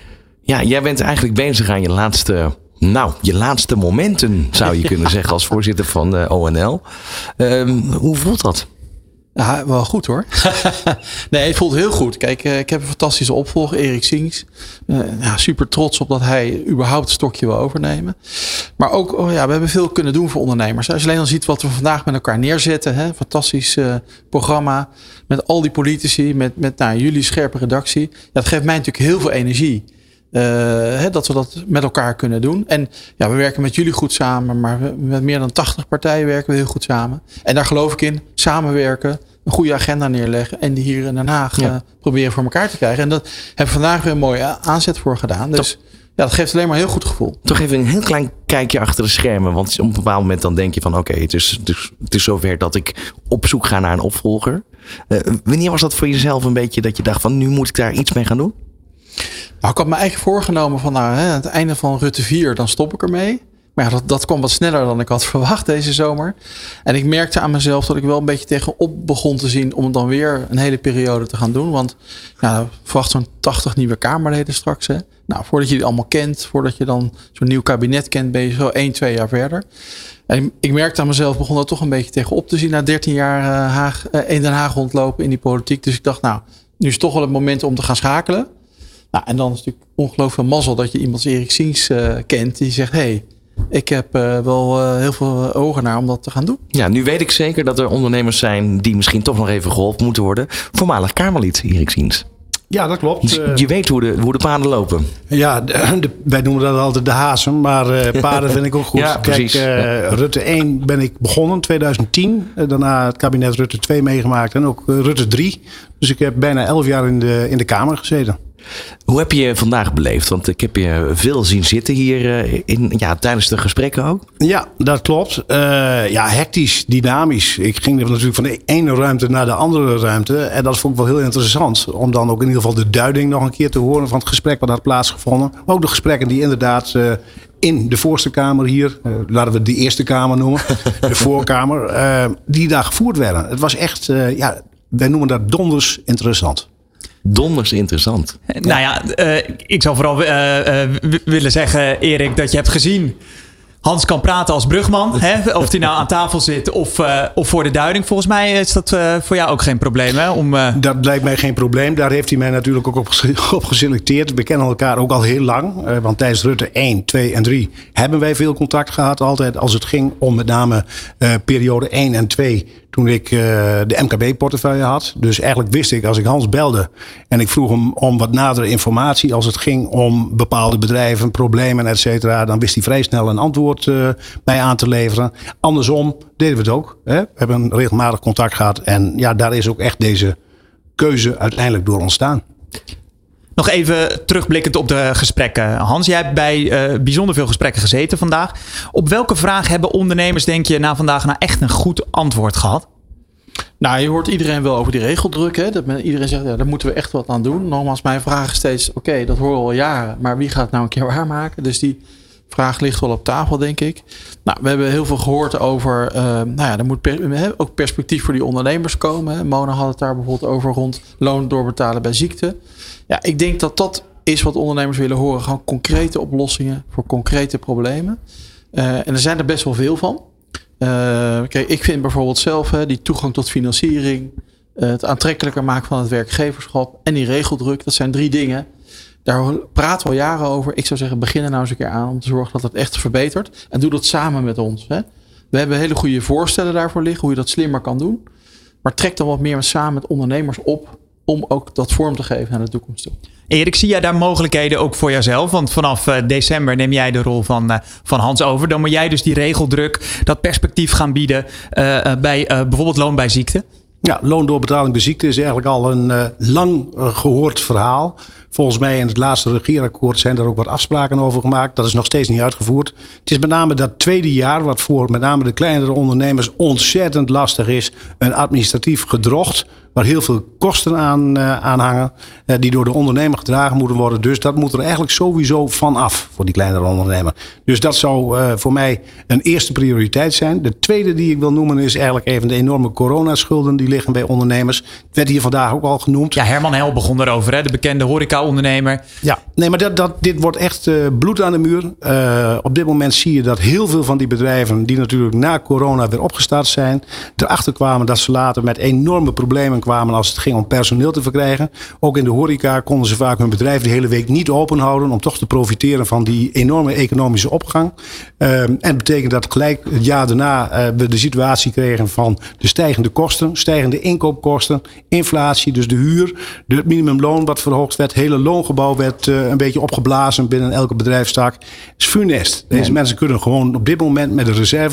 S2: Ja, jij bent eigenlijk bezig aan je laatste... Nou, je laatste momenten zou je kunnen zeggen als voorzitter van de O N L. Um, hoe voelt dat?
S7: Ja, wel goed hoor. Nee, het voelt heel goed. Kijk, ik heb een fantastische opvolger, Erik Siens. Uh, ja, super trots op dat hij überhaupt het stokje wil overnemen. Maar ook, oh ja, we hebben veel kunnen doen voor ondernemers. Als je alleen al ziet wat we vandaag met elkaar neerzetten. Hè? Fantastisch uh, programma met al die politici, met, met nou, jullie scherpe redactie. Ja, dat geeft mij natuurlijk heel veel energie. Uh, hè, dat we dat met elkaar kunnen doen. En ja, we werken met jullie goed samen, maar we, met meer dan tachtig partijen werken we heel goed samen. En daar geloof ik in. Samenwerken, een goede agenda neerleggen en die hier in Den Haag ja. uh, proberen voor elkaar te krijgen. En dat hebben we vandaag weer een mooie aanzet voor gedaan. Dus Toch, ja, dat geeft alleen maar een heel goed gevoel.
S2: Toch even een heel klein kijkje achter de schermen. Want op een bepaald moment dan denk je van oké, okay, het, is, het, is, het is zover dat ik op zoek ga naar een opvolger. Uh, wanneer was dat voor jezelf een beetje dat je dacht van nu moet ik daar iets mee gaan doen?
S7: Nou, ik had me eigenlijk voorgenomen van nou, hè, aan het einde van Rutte vier, dan stop ik ermee. Maar ja, dat, dat kwam wat sneller dan ik had verwacht deze zomer. En ik merkte aan mezelf dat ik wel een beetje tegenop begon te zien om het dan weer een hele periode te gaan doen. Want ja, verwacht zo'n tachtig nieuwe Kamerleden straks. Hè? Nou, voordat je die allemaal kent, voordat je dan zo'n nieuw kabinet kent, ben je zo één, twee jaar verder. En ik merkte aan mezelf, begon dat toch een beetje tegenop te zien na dertien jaar uh, Haag, uh, in Den Haag rondlopen in die politiek. Dus ik dacht, nou, nu is het toch wel het moment om te gaan schakelen. Nou, en dan is het natuurlijk ongelooflijk veel mazzel dat je iemand als Erik Siens uh, kent die zegt, hé, hey, ik heb uh, wel uh, heel veel ogen naar om dat te gaan doen.
S2: Ja, nu weet ik zeker dat er ondernemers zijn die misschien toch nog even geholpen moeten worden. Voormalig Kamerlid Erik Siens.
S10: Ja, dat klopt.
S2: Dus je weet hoe de, hoe de paarden lopen.
S10: Ja, de, de, wij noemen dat altijd de hazen, maar uh, paarden vind ik ook goed.
S2: Ja,
S10: Kijk, uh, ja. Rutte één ben ik begonnen, twintig tien. Uh, daarna het kabinet Rutte twee meegemaakt en ook uh, Rutte drie. Dus ik heb bijna elf jaar in de, in de Kamer gezeten.
S2: Hoe heb je je vandaag beleefd? Want ik heb je veel zien zitten hier in, ja, tijdens de gesprekken ook.
S10: Ja, dat klopt. Uh, ja, hectisch, dynamisch. Ik ging natuurlijk van de ene ruimte naar de andere ruimte. En dat vond ik wel heel interessant. Om dan ook in ieder geval de duiding nog een keer te horen van het gesprek wat had plaatsgevonden. Maar ook de gesprekken die inderdaad uh, in de voorste kamer hier, uh, laten we het de Eerste Kamer noemen, de voorkamer, uh, die daar gevoerd werden. Het was echt, uh, ja, wij noemen dat donders interessant.
S2: Donders interessant.
S3: Ja. Nou ja, uh, ik zou vooral uh, uh, w- willen zeggen, Erik, dat je hebt gezien. Hans kan praten als brugman. Hè? Of hij nou aan tafel zit of, uh, of voor de duiding. Volgens mij is dat uh, voor jou ook geen probleem. Hè? Om, uh...
S10: Dat lijkt mij geen probleem. Daar heeft hij mij natuurlijk ook op, op geselecteerd. We kennen elkaar ook al heel lang. Uh, want tijdens Rutte één, twee en drie hebben wij veel contact gehad. Altijd als het ging om met name uh, periode één en twee. Toen ik uh, de M K B-portefeuille had. Dus eigenlijk wist ik, als ik Hans belde en ik vroeg hem om wat nadere informatie. Als het ging om bepaalde bedrijven, problemen, et cetera. Dan wist hij vrij snel een antwoord uh, bij aan te leveren. Andersom deden we het ook. Hè? We hebben regelmatig contact gehad. En ja, daar is ook echt deze keuze uiteindelijk door ontstaan.
S3: Nog even terugblikkend op de gesprekken. Hans, jij hebt bij uh, bijzonder veel gesprekken gezeten vandaag. Op welke vraag hebben ondernemers, denk je, na vandaag nou echt een goed antwoord gehad?
S7: Nou, je hoort iedereen wel over die regeldruk. Hè? Dat men, iedereen zegt, ja, daar moeten we echt wat aan doen. Nogmaals, mijn vraag is steeds, oké, okay, dat horen we al jaren. Maar wie gaat het nou een keer waarmaken? Dus die vraag ligt wel op tafel, denk ik. Nou, we hebben heel veel gehoord over, uh, nou ja, er moet per, ook perspectief voor die ondernemers komen. Hè? Mona had het daar bijvoorbeeld over rond loon doorbetalen bij ziekte. Ja, ik denk dat dat is wat ondernemers willen horen. Gewoon concrete oplossingen voor concrete problemen. Uh, en er zijn er best wel veel van. Uh, kijk, ik vind bijvoorbeeld zelf hè, die toegang tot financiering, uh, het aantrekkelijker maken van het werkgeverschap en die regeldruk. Dat zijn drie dingen. Daar praten we al jaren over. Ik zou zeggen, begin er nou eens een keer aan om te zorgen dat het echt verbetert. En doe dat samen met ons. Hè. We hebben hele goede voorstellen daarvoor liggen, hoe je dat slimmer kan doen. Maar trek dan wat meer samen met ondernemers op om ook dat vorm te geven naar de toekomst toe.
S3: Erik, zie jij daar mogelijkheden ook voor jouzelf? Want vanaf uh, december neem jij de rol van, uh, van Hans over. Dan moet jij dus die regeldruk, dat perspectief gaan bieden uh, uh, bij uh, bijvoorbeeld loon bij ziekte.
S10: Ja, loondoorbetaling bij ziekte is eigenlijk al een uh, lang uh, gehoord verhaal. Volgens mij in het laatste regeerakkoord zijn er ook wat afspraken over gemaakt. Dat is nog steeds niet uitgevoerd. Het is met name dat tweede jaar wat voor met name de kleinere ondernemers ontzettend lastig is. Een administratief gedrocht waar heel veel kosten aan, uh, aan hangen. Uh, die door de ondernemer gedragen moeten worden. Dus dat moet er eigenlijk sowieso van af voor die kleinere ondernemer. Dus dat zou uh, voor mij een eerste prioriteit zijn. De tweede die ik wil noemen is eigenlijk even de enorme coronaschulden die liggen bij ondernemers. Het werd hier vandaag ook al genoemd.
S3: Ja, Herman Hel begon erover, hè? De bekende horeca-ondernemer.
S10: Ja, nee, maar dat, dat, dit wordt echt uh, bloed aan de muur. Uh, op dit moment zie je dat heel veel van die bedrijven die natuurlijk na corona weer opgestart zijn, erachter kwamen dat ze later met enorme problemen kwamen als het ging om personeel te verkrijgen. Ook in de horeca konden ze vaak hun bedrijf de hele week niet open houden om toch te profiteren van die enorme economische opgang. Uh, en dat betekent dat gelijk het jaar daarna uh, we de situatie kregen van de stijgende kosten, stijgende inkoopkosten, inflatie, dus de huur, de, het minimumloon wat verhoogd werd, het hele loongebouw werd uh, een beetje opgeblazen binnen elke bedrijfstak. Het is funest. Deze ja. mensen kunnen gewoon op dit moment met de reserves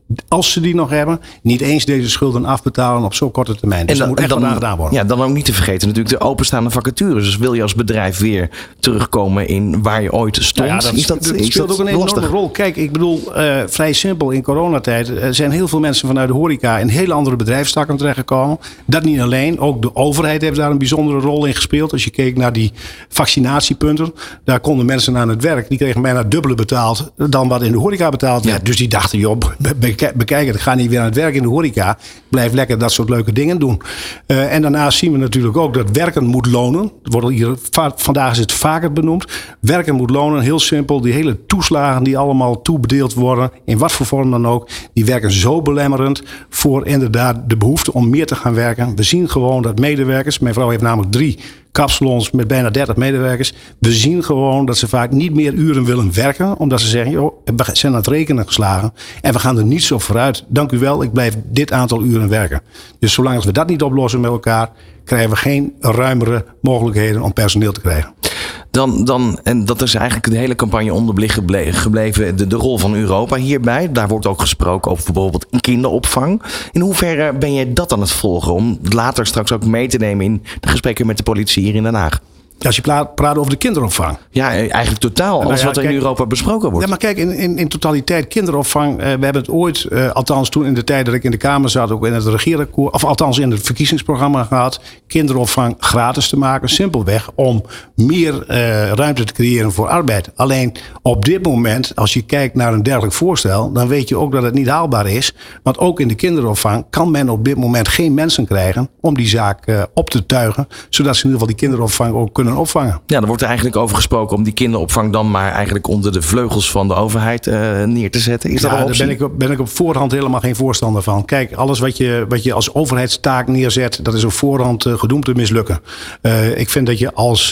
S10: als ze die nog hebben, niet eens deze schulden afbetalen op zo'n korte termijn. Dus
S2: en dan,
S10: dat moet echt
S2: dan,
S10: wat aan gedaan worden.
S2: Ja, dan ook niet te vergeten natuurlijk de openstaande vacatures. Dus wil je als bedrijf weer terugkomen in waar je ooit stond?
S10: Nou ja, dat,
S2: is dat,
S10: dat
S2: is
S10: speelt
S2: dat
S10: ook een enorme
S2: lastig?
S10: rol. Kijk, ik bedoel, uh, vrij simpel. In coronatijd uh, zijn heel veel mensen vanuit de horeca in hele andere bedrijfstakken terechtgekomen. Dat niet alleen. Ook de overheid heeft daar een bijzondere rol in gespeeld. Als je keek naar die vaccinatiepunten. Daar konden mensen aan het werk. Die kregen bijna dubbele betaald dan wat in de horeca betaald werd. Ja. Dus die dachten, joh, bekijk het. Ik ga niet weer aan het werk in de horeca. Blijf lekker dat soort leuke dingen doen. Uh, en daarnaast zien we natuurlijk ook dat werken moet lonen. Wordt hier, vandaag is het vaker benoemd. Werken moet lonen, heel simpel. Die hele toeslagen die allemaal toebedeeld worden, in wat voor vorm dan ook, die werken zo belemmerend voor inderdaad de behoefte om meer te gaan werken. We zien gewoon dat medewerkers, mijn vrouw heeft namelijk drie kapsalons met bijna dertig medewerkers. We zien gewoon dat ze vaak niet meer uren willen werken, omdat ze zeggen, joh, we zijn aan het rekenen geslagen en we gaan er niet zo vooruit. Dank u wel, ik blijf dit aantal uren werken. Dus zolang als we dat niet oplossen met elkaar, krijgen we geen ruimere mogelijkheden om personeel te krijgen.
S2: Dan, dan, en dat is eigenlijk de hele campagne onderbelicht gebleven, de, de rol van Europa hierbij. Daar wordt ook gesproken over bijvoorbeeld kinderopvang. In hoeverre ben jij dat aan het volgen om later straks ook mee te nemen in de gesprekken met de politie hier in Den Haag?
S10: Als je praat, praat over de kinderopvang.
S2: Ja, eigenlijk totaal. Alles nou ja, wat er kijk, in Europa besproken wordt.
S10: Ja, maar kijk, in, in, in totaliteit kinderopvang. Uh, we hebben het ooit, uh, althans toen in de tijd dat ik in de Kamer zat, ook in het regeerakkoord, of althans in het verkiezingsprogramma gehad, kinderopvang gratis te maken. Simpelweg om meer uh, ruimte te creëren voor arbeid. Alleen op dit moment, als je kijkt naar een dergelijk voorstel, dan weet je ook dat het niet haalbaar is. Want ook in de kinderopvang kan men op dit moment geen mensen krijgen om die zaak uh, op te tuigen, zodat ze in ieder geval die kinderopvang ook kunnen opvangen.
S2: Ja, er wordt er eigenlijk over gesproken om die kinderopvang dan maar eigenlijk onder de vleugels van de overheid uh, neer te zetten. Is
S10: ja,
S2: dat een
S10: daar ben ik, op, ben ik op voorhand helemaal geen voorstander van. Kijk, alles wat je, wat je als overheidstaak neerzet, dat is op voorhand uh, gedoemd te mislukken. Uh, ik vind dat je als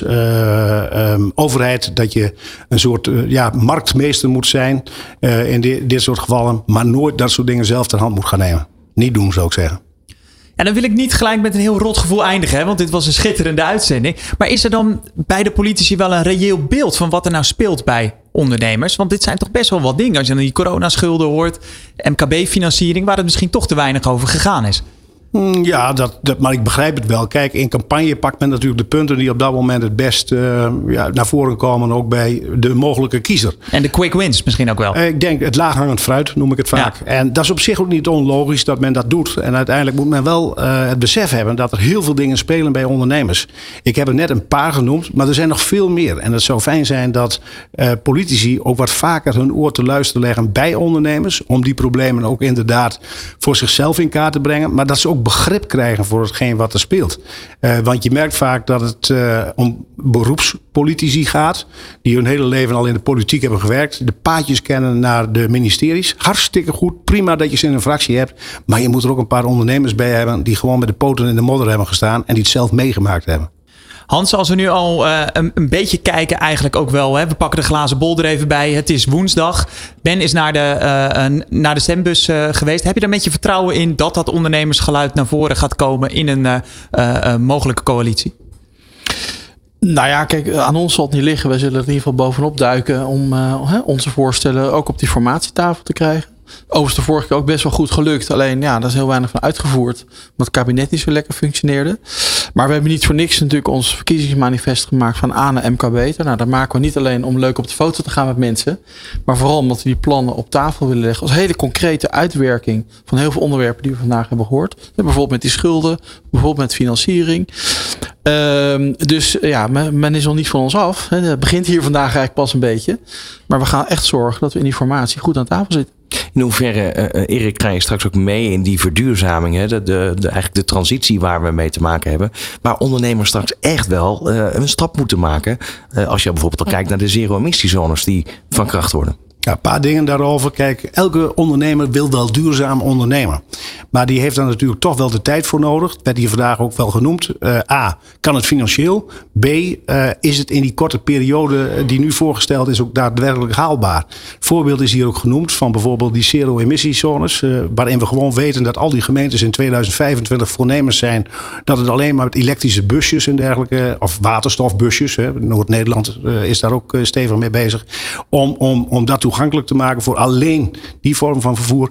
S10: uh, um, overheid, dat je een soort uh, ja, marktmeester moet zijn uh, in di- dit soort gevallen, maar nooit dat soort dingen zelf ter hand moet gaan nemen. Niet doen, zou ik zeggen.
S3: En dan wil ik niet gelijk met een heel rot gevoel eindigen, hè, want dit was een schitterende uitzending. Maar is er dan bij de politici wel een reëel beeld van wat er nou speelt bij ondernemers? Want dit zijn toch best wel wat dingen. Als je dan die coronaschulden hoort, M K B-financiering, waar het misschien toch te weinig over gegaan is.
S10: Ja, dat, dat, maar ik begrijp het wel. Kijk, in campagne pakt men natuurlijk de punten die op dat moment het best uh, ja, naar voren komen. Ook bij de mogelijke kiezer.
S3: En de quick wins misschien ook wel.
S10: Ik denk het laaghangend fruit, noem ik het vaak. Ja. En dat is op zich ook niet onlogisch dat men dat doet. En uiteindelijk moet men wel uh, het besef hebben dat er heel veel dingen spelen bij ondernemers. Ik heb er net een paar genoemd, maar er zijn nog veel meer. En het zou fijn zijn dat uh, politici ook wat vaker hun oor te luisteren leggen bij ondernemers. Om die problemen ook inderdaad voor zichzelf in kaart te brengen. Maar dat ze ook begrip krijgen voor hetgeen wat er speelt. Uh, want je merkt vaak dat het uh, om beroepspolitici gaat. Die hun hele leven al in de politiek hebben gewerkt. De paadjes kennen naar de ministeries. Hartstikke goed. Prima dat je ze in een fractie hebt. Maar je moet er ook een paar ondernemers bij hebben. Die gewoon met de poten in de modder hebben gestaan. En die het zelf meegemaakt hebben.
S3: Hans, als we nu al uh, een, een beetje kijken eigenlijk ook wel. Hè, we pakken de glazen bol er even bij. Het is woensdag. Ben is naar de, uh, naar de stembus uh, geweest. Heb je er een beetje vertrouwen in dat dat ondernemersgeluid naar voren gaat komen in een uh, uh, mogelijke coalitie?
S7: Nou ja, kijk, aan ons zal het niet liggen. Wij zullen er in ieder geval bovenop duiken om uh, onze voorstellen ook op die formatietafel te krijgen. Overigens de vorige keer ook best wel goed gelukt. Alleen ja, daar is heel weinig van uitgevoerd. Omdat het kabinet niet zo lekker functioneerde. Maar we hebben niet voor niks natuurlijk ons verkiezingsmanifest gemaakt van A naar M K B. Nou, dat maken we niet alleen om leuk op de foto te gaan met mensen. Maar vooral omdat we die plannen op tafel willen leggen. Als hele concrete uitwerking van heel veel onderwerpen die we vandaag hebben gehoord. Bijvoorbeeld met die schulden. Bijvoorbeeld met financiering. Um, dus ja, men, men is nog niet van ons af. Het begint hier vandaag eigenlijk pas een beetje. Maar we gaan echt zorgen dat we in die formatie goed aan tafel zitten.
S2: In hoeverre, uh, Erik, krijg je straks ook mee in die verduurzaming, hè? De, de, de, eigenlijk de transitie waar we mee te maken hebben. Waar ondernemers straks echt wel uh, een stap moeten maken. Uh, als je bijvoorbeeld al kijkt naar de zero-emissiezones die van kracht worden.
S10: Ja, een paar dingen daarover. Kijk, elke ondernemer wil wel duurzaam ondernemen. Maar die heeft daar natuurlijk toch wel de tijd voor nodig. Dat werd hier vandaag ook wel genoemd. Uh, A, kan het financieel? B, uh, is het in die korte periode die nu voorgesteld is ook daadwerkelijk haalbaar? Voorbeeld is hier ook genoemd van bijvoorbeeld die zero-emissiezones. Uh, waarin we gewoon weten dat al die gemeentes in tweeduizend vijfentwintig voornemens zijn. Dat het alleen maar met elektrische busjes en dergelijke. Of waterstofbusjes. Hè. Noord-Nederland uh, is daar ook uh, stevig mee bezig. Om, om, om dat toegankelijk te maken voor alleen die vorm van vervoer.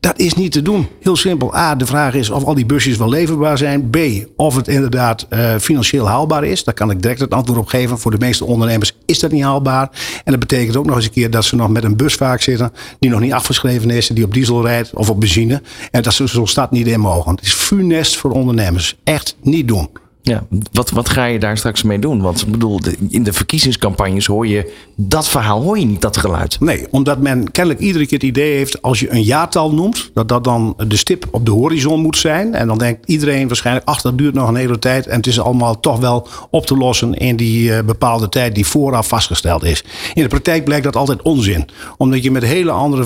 S10: Dat is niet te doen. Heel simpel. A, de vraag is of al die busjes wel leverbaar zijn. B, of het inderdaad uh, financieel haalbaar is. Daar kan ik direct het antwoord op geven. Voor de meeste ondernemers is dat niet haalbaar. En dat betekent ook nog eens een keer dat ze nog met een bus vaak zitten die nog niet afgeschreven is, die op diesel rijdt of op benzine. En dat ze zo'n stad niet in mogen. Het is funest voor ondernemers. Echt niet doen.
S2: Ja, wat, wat ga je daar straks mee doen? Want ik bedoel, in de verkiezingscampagnes hoor je dat verhaal, hoor je niet, dat geluid.
S10: Nee, omdat men kennelijk iedere keer het idee heeft, als je een jaartal noemt, dat dat dan de stip op de horizon moet zijn. En dan denkt iedereen waarschijnlijk, ach, dat duurt nog een hele tijd. En het is allemaal toch wel op te lossen in die uh, bepaalde tijd die vooraf vastgesteld is. In de praktijk blijkt dat altijd onzin. Omdat je met hele andere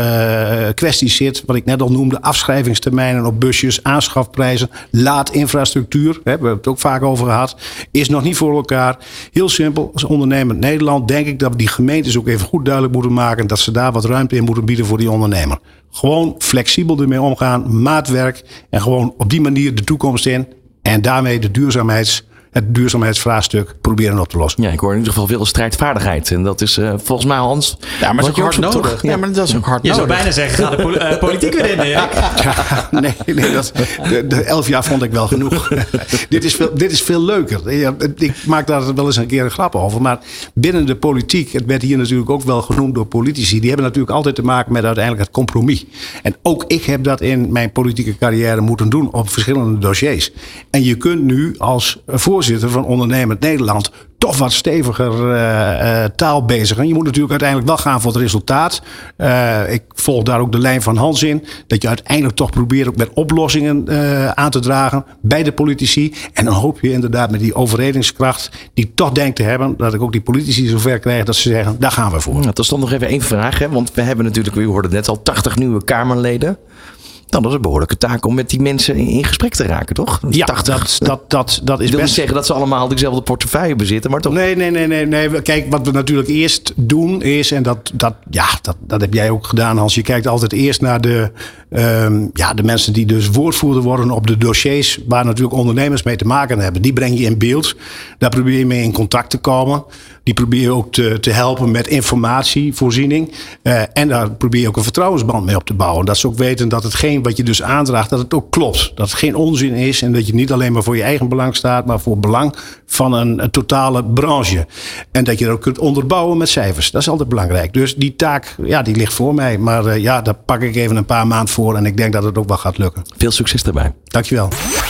S10: uh, kwesties zit, wat ik net al noemde, afschrijvingstermijnen op busjes, aanschafprijzen, laadinfrastructuur. Hè, we hebben het ook vaak over gehad, is nog niet voor elkaar. Heel simpel, als ondernemer in Nederland denk ik dat die gemeentes ook even goed duidelijk moeten maken dat ze daar wat ruimte in moeten bieden voor die ondernemer. Gewoon flexibel ermee omgaan, maatwerk en gewoon op die manier de toekomst in en daarmee de duurzaamheids, het duurzaamheidsvraagstuk proberen op te lossen.
S2: Ja, ik hoor in ieder geval veel strijdvaardigheid. En dat is uh, volgens mij, Hans...
S7: Ja, maar dat is ook hard nodig. Toch? Ja, maar dat is ook hard
S3: je
S7: nodig.
S3: Je zou bijna zeggen, ga de poli- uh, politiek weer in, Erik.
S10: Ja, nee, nee dat, de, de elf jaar vond ik wel genoeg. dit, is veel, dit is veel leuker. Ja, ik maak daar wel eens een keer een grap over. Maar binnen de politiek, het werd hier natuurlijk ook wel genoemd door politici, die hebben natuurlijk altijd te maken met uiteindelijk het compromis. En ook ik heb dat in mijn politieke carrière moeten doen op verschillende dossiers. En je kunt nu als voorzitter van Ondernemend Nederland toch wat steviger uh, uh, taal bezigen. Je moet natuurlijk uiteindelijk wel gaan voor het resultaat. Uh, ik volg daar ook de lijn van Hans in. Dat je uiteindelijk toch probeert ook met oplossingen uh, aan te dragen bij de politici. En dan hoop je inderdaad met die overredingskracht die ik toch denk te hebben, dat ik ook die politici zover krijg dat ze zeggen, daar gaan we voor.
S2: Nou, er stond nog even één vraag. Hè? Want we hebben natuurlijk, u hoorde net al, tachtig nieuwe Kamerleden. Nou, dat is een behoorlijke taak om met die mensen in gesprek te raken, toch?
S10: Ja, tachtig, dat, dat, dat, dat is
S2: ik wil
S10: best...
S2: niet zeggen dat ze allemaal dezelfde portefeuille bezitten, maar toch?
S10: Nee, nee, nee, nee, nee. Kijk, wat we natuurlijk eerst doen is, en dat, dat, ja, dat, dat heb jij ook gedaan, Hans. Je kijkt altijd eerst naar de, um, ja, de mensen die dus woordvoerder worden op de dossiers waar natuurlijk ondernemers mee te maken hebben. Die breng je in beeld. Daar probeer je mee in contact te komen. Die probeer je ook te, te helpen met informatievoorziening. Uh, en daar probeer je ook een vertrouwensband mee op te bouwen. Dat ze ook weten dat hetgeen wat je dus aandraagt, dat het ook klopt. Dat het geen onzin is en dat je niet alleen maar voor je eigen belang staat, maar voor het belang van een, een totale branche. En dat je dat ook kunt onderbouwen met cijfers. Dat is altijd belangrijk. Dus die taak, ja, die ligt voor mij. Maar uh, ja, daar pak ik even een paar maanden voor en ik denk dat het ook wel gaat lukken.
S2: Veel succes daarbij.
S10: Dankjewel.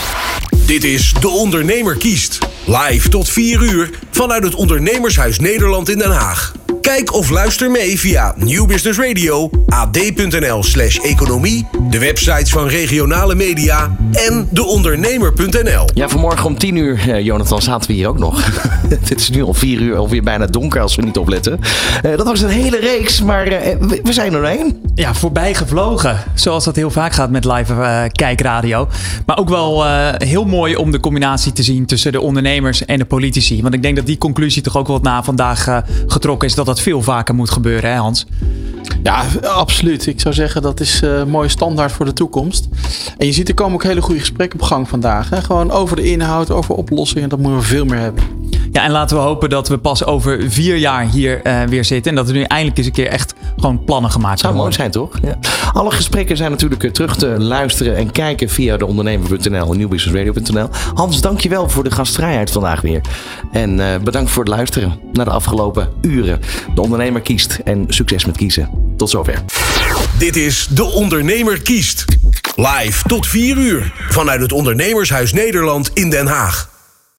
S1: Dit is De Ondernemer kiest. Live tot vier uur vanuit het Ondernemershuis Nederland in Den Haag. Kijk of luister mee via Nieuw Business Radio, a d punt n l slash economie, de websites van regionale media en de ondernemer punt n l.
S2: Ja, vanmorgen om tien uur, eh, Jonathan, zaten we hier ook nog. Het is nu al vier uur, alweer bijna donker als we niet opletten. Uh, dat was een hele reeks, maar uh, we, we zijn er doorheen.
S3: Ja, voorbij gevlogen. Zoals dat heel vaak gaat met live uh, kijkradio. Maar ook wel uh, heel mooi om de combinatie te zien tussen de ondernemers en de politici. Want ik denk dat die conclusie toch ook wel na vandaag uh, getrokken is, dat dat veel vaker moet gebeuren, hè Hans?
S7: Ja, absoluut. Ik zou zeggen dat is uh, een mooie standaard voor de toekomst. En je ziet, er komen ook hele goede gesprekken op gang vandaag. Hè? Gewoon over de inhoud, over oplossingen. Dat moeten we veel meer hebben.
S3: Ja, en laten we hopen dat we pas over vier jaar hier uh, weer zitten. En dat er nu eindelijk eens een keer echt gewoon plannen gemaakt
S2: zou
S3: worden.
S2: Zou mooi zijn, toch? Ja. Alle gesprekken zijn natuurlijk terug te luisteren en kijken via de ondernemer punt n l en nieuw business radio punt n l. Hans, dankjewel voor de gastvrijheid vandaag weer. En uh, bedankt voor het luisteren naar de afgelopen uren. De Ondernemer kiest en succes met kiezen. Tot zover.
S1: Dit is De Ondernemer kiest. Live tot vier uur vanuit het Ondernemershuis Nederland in Den Haag.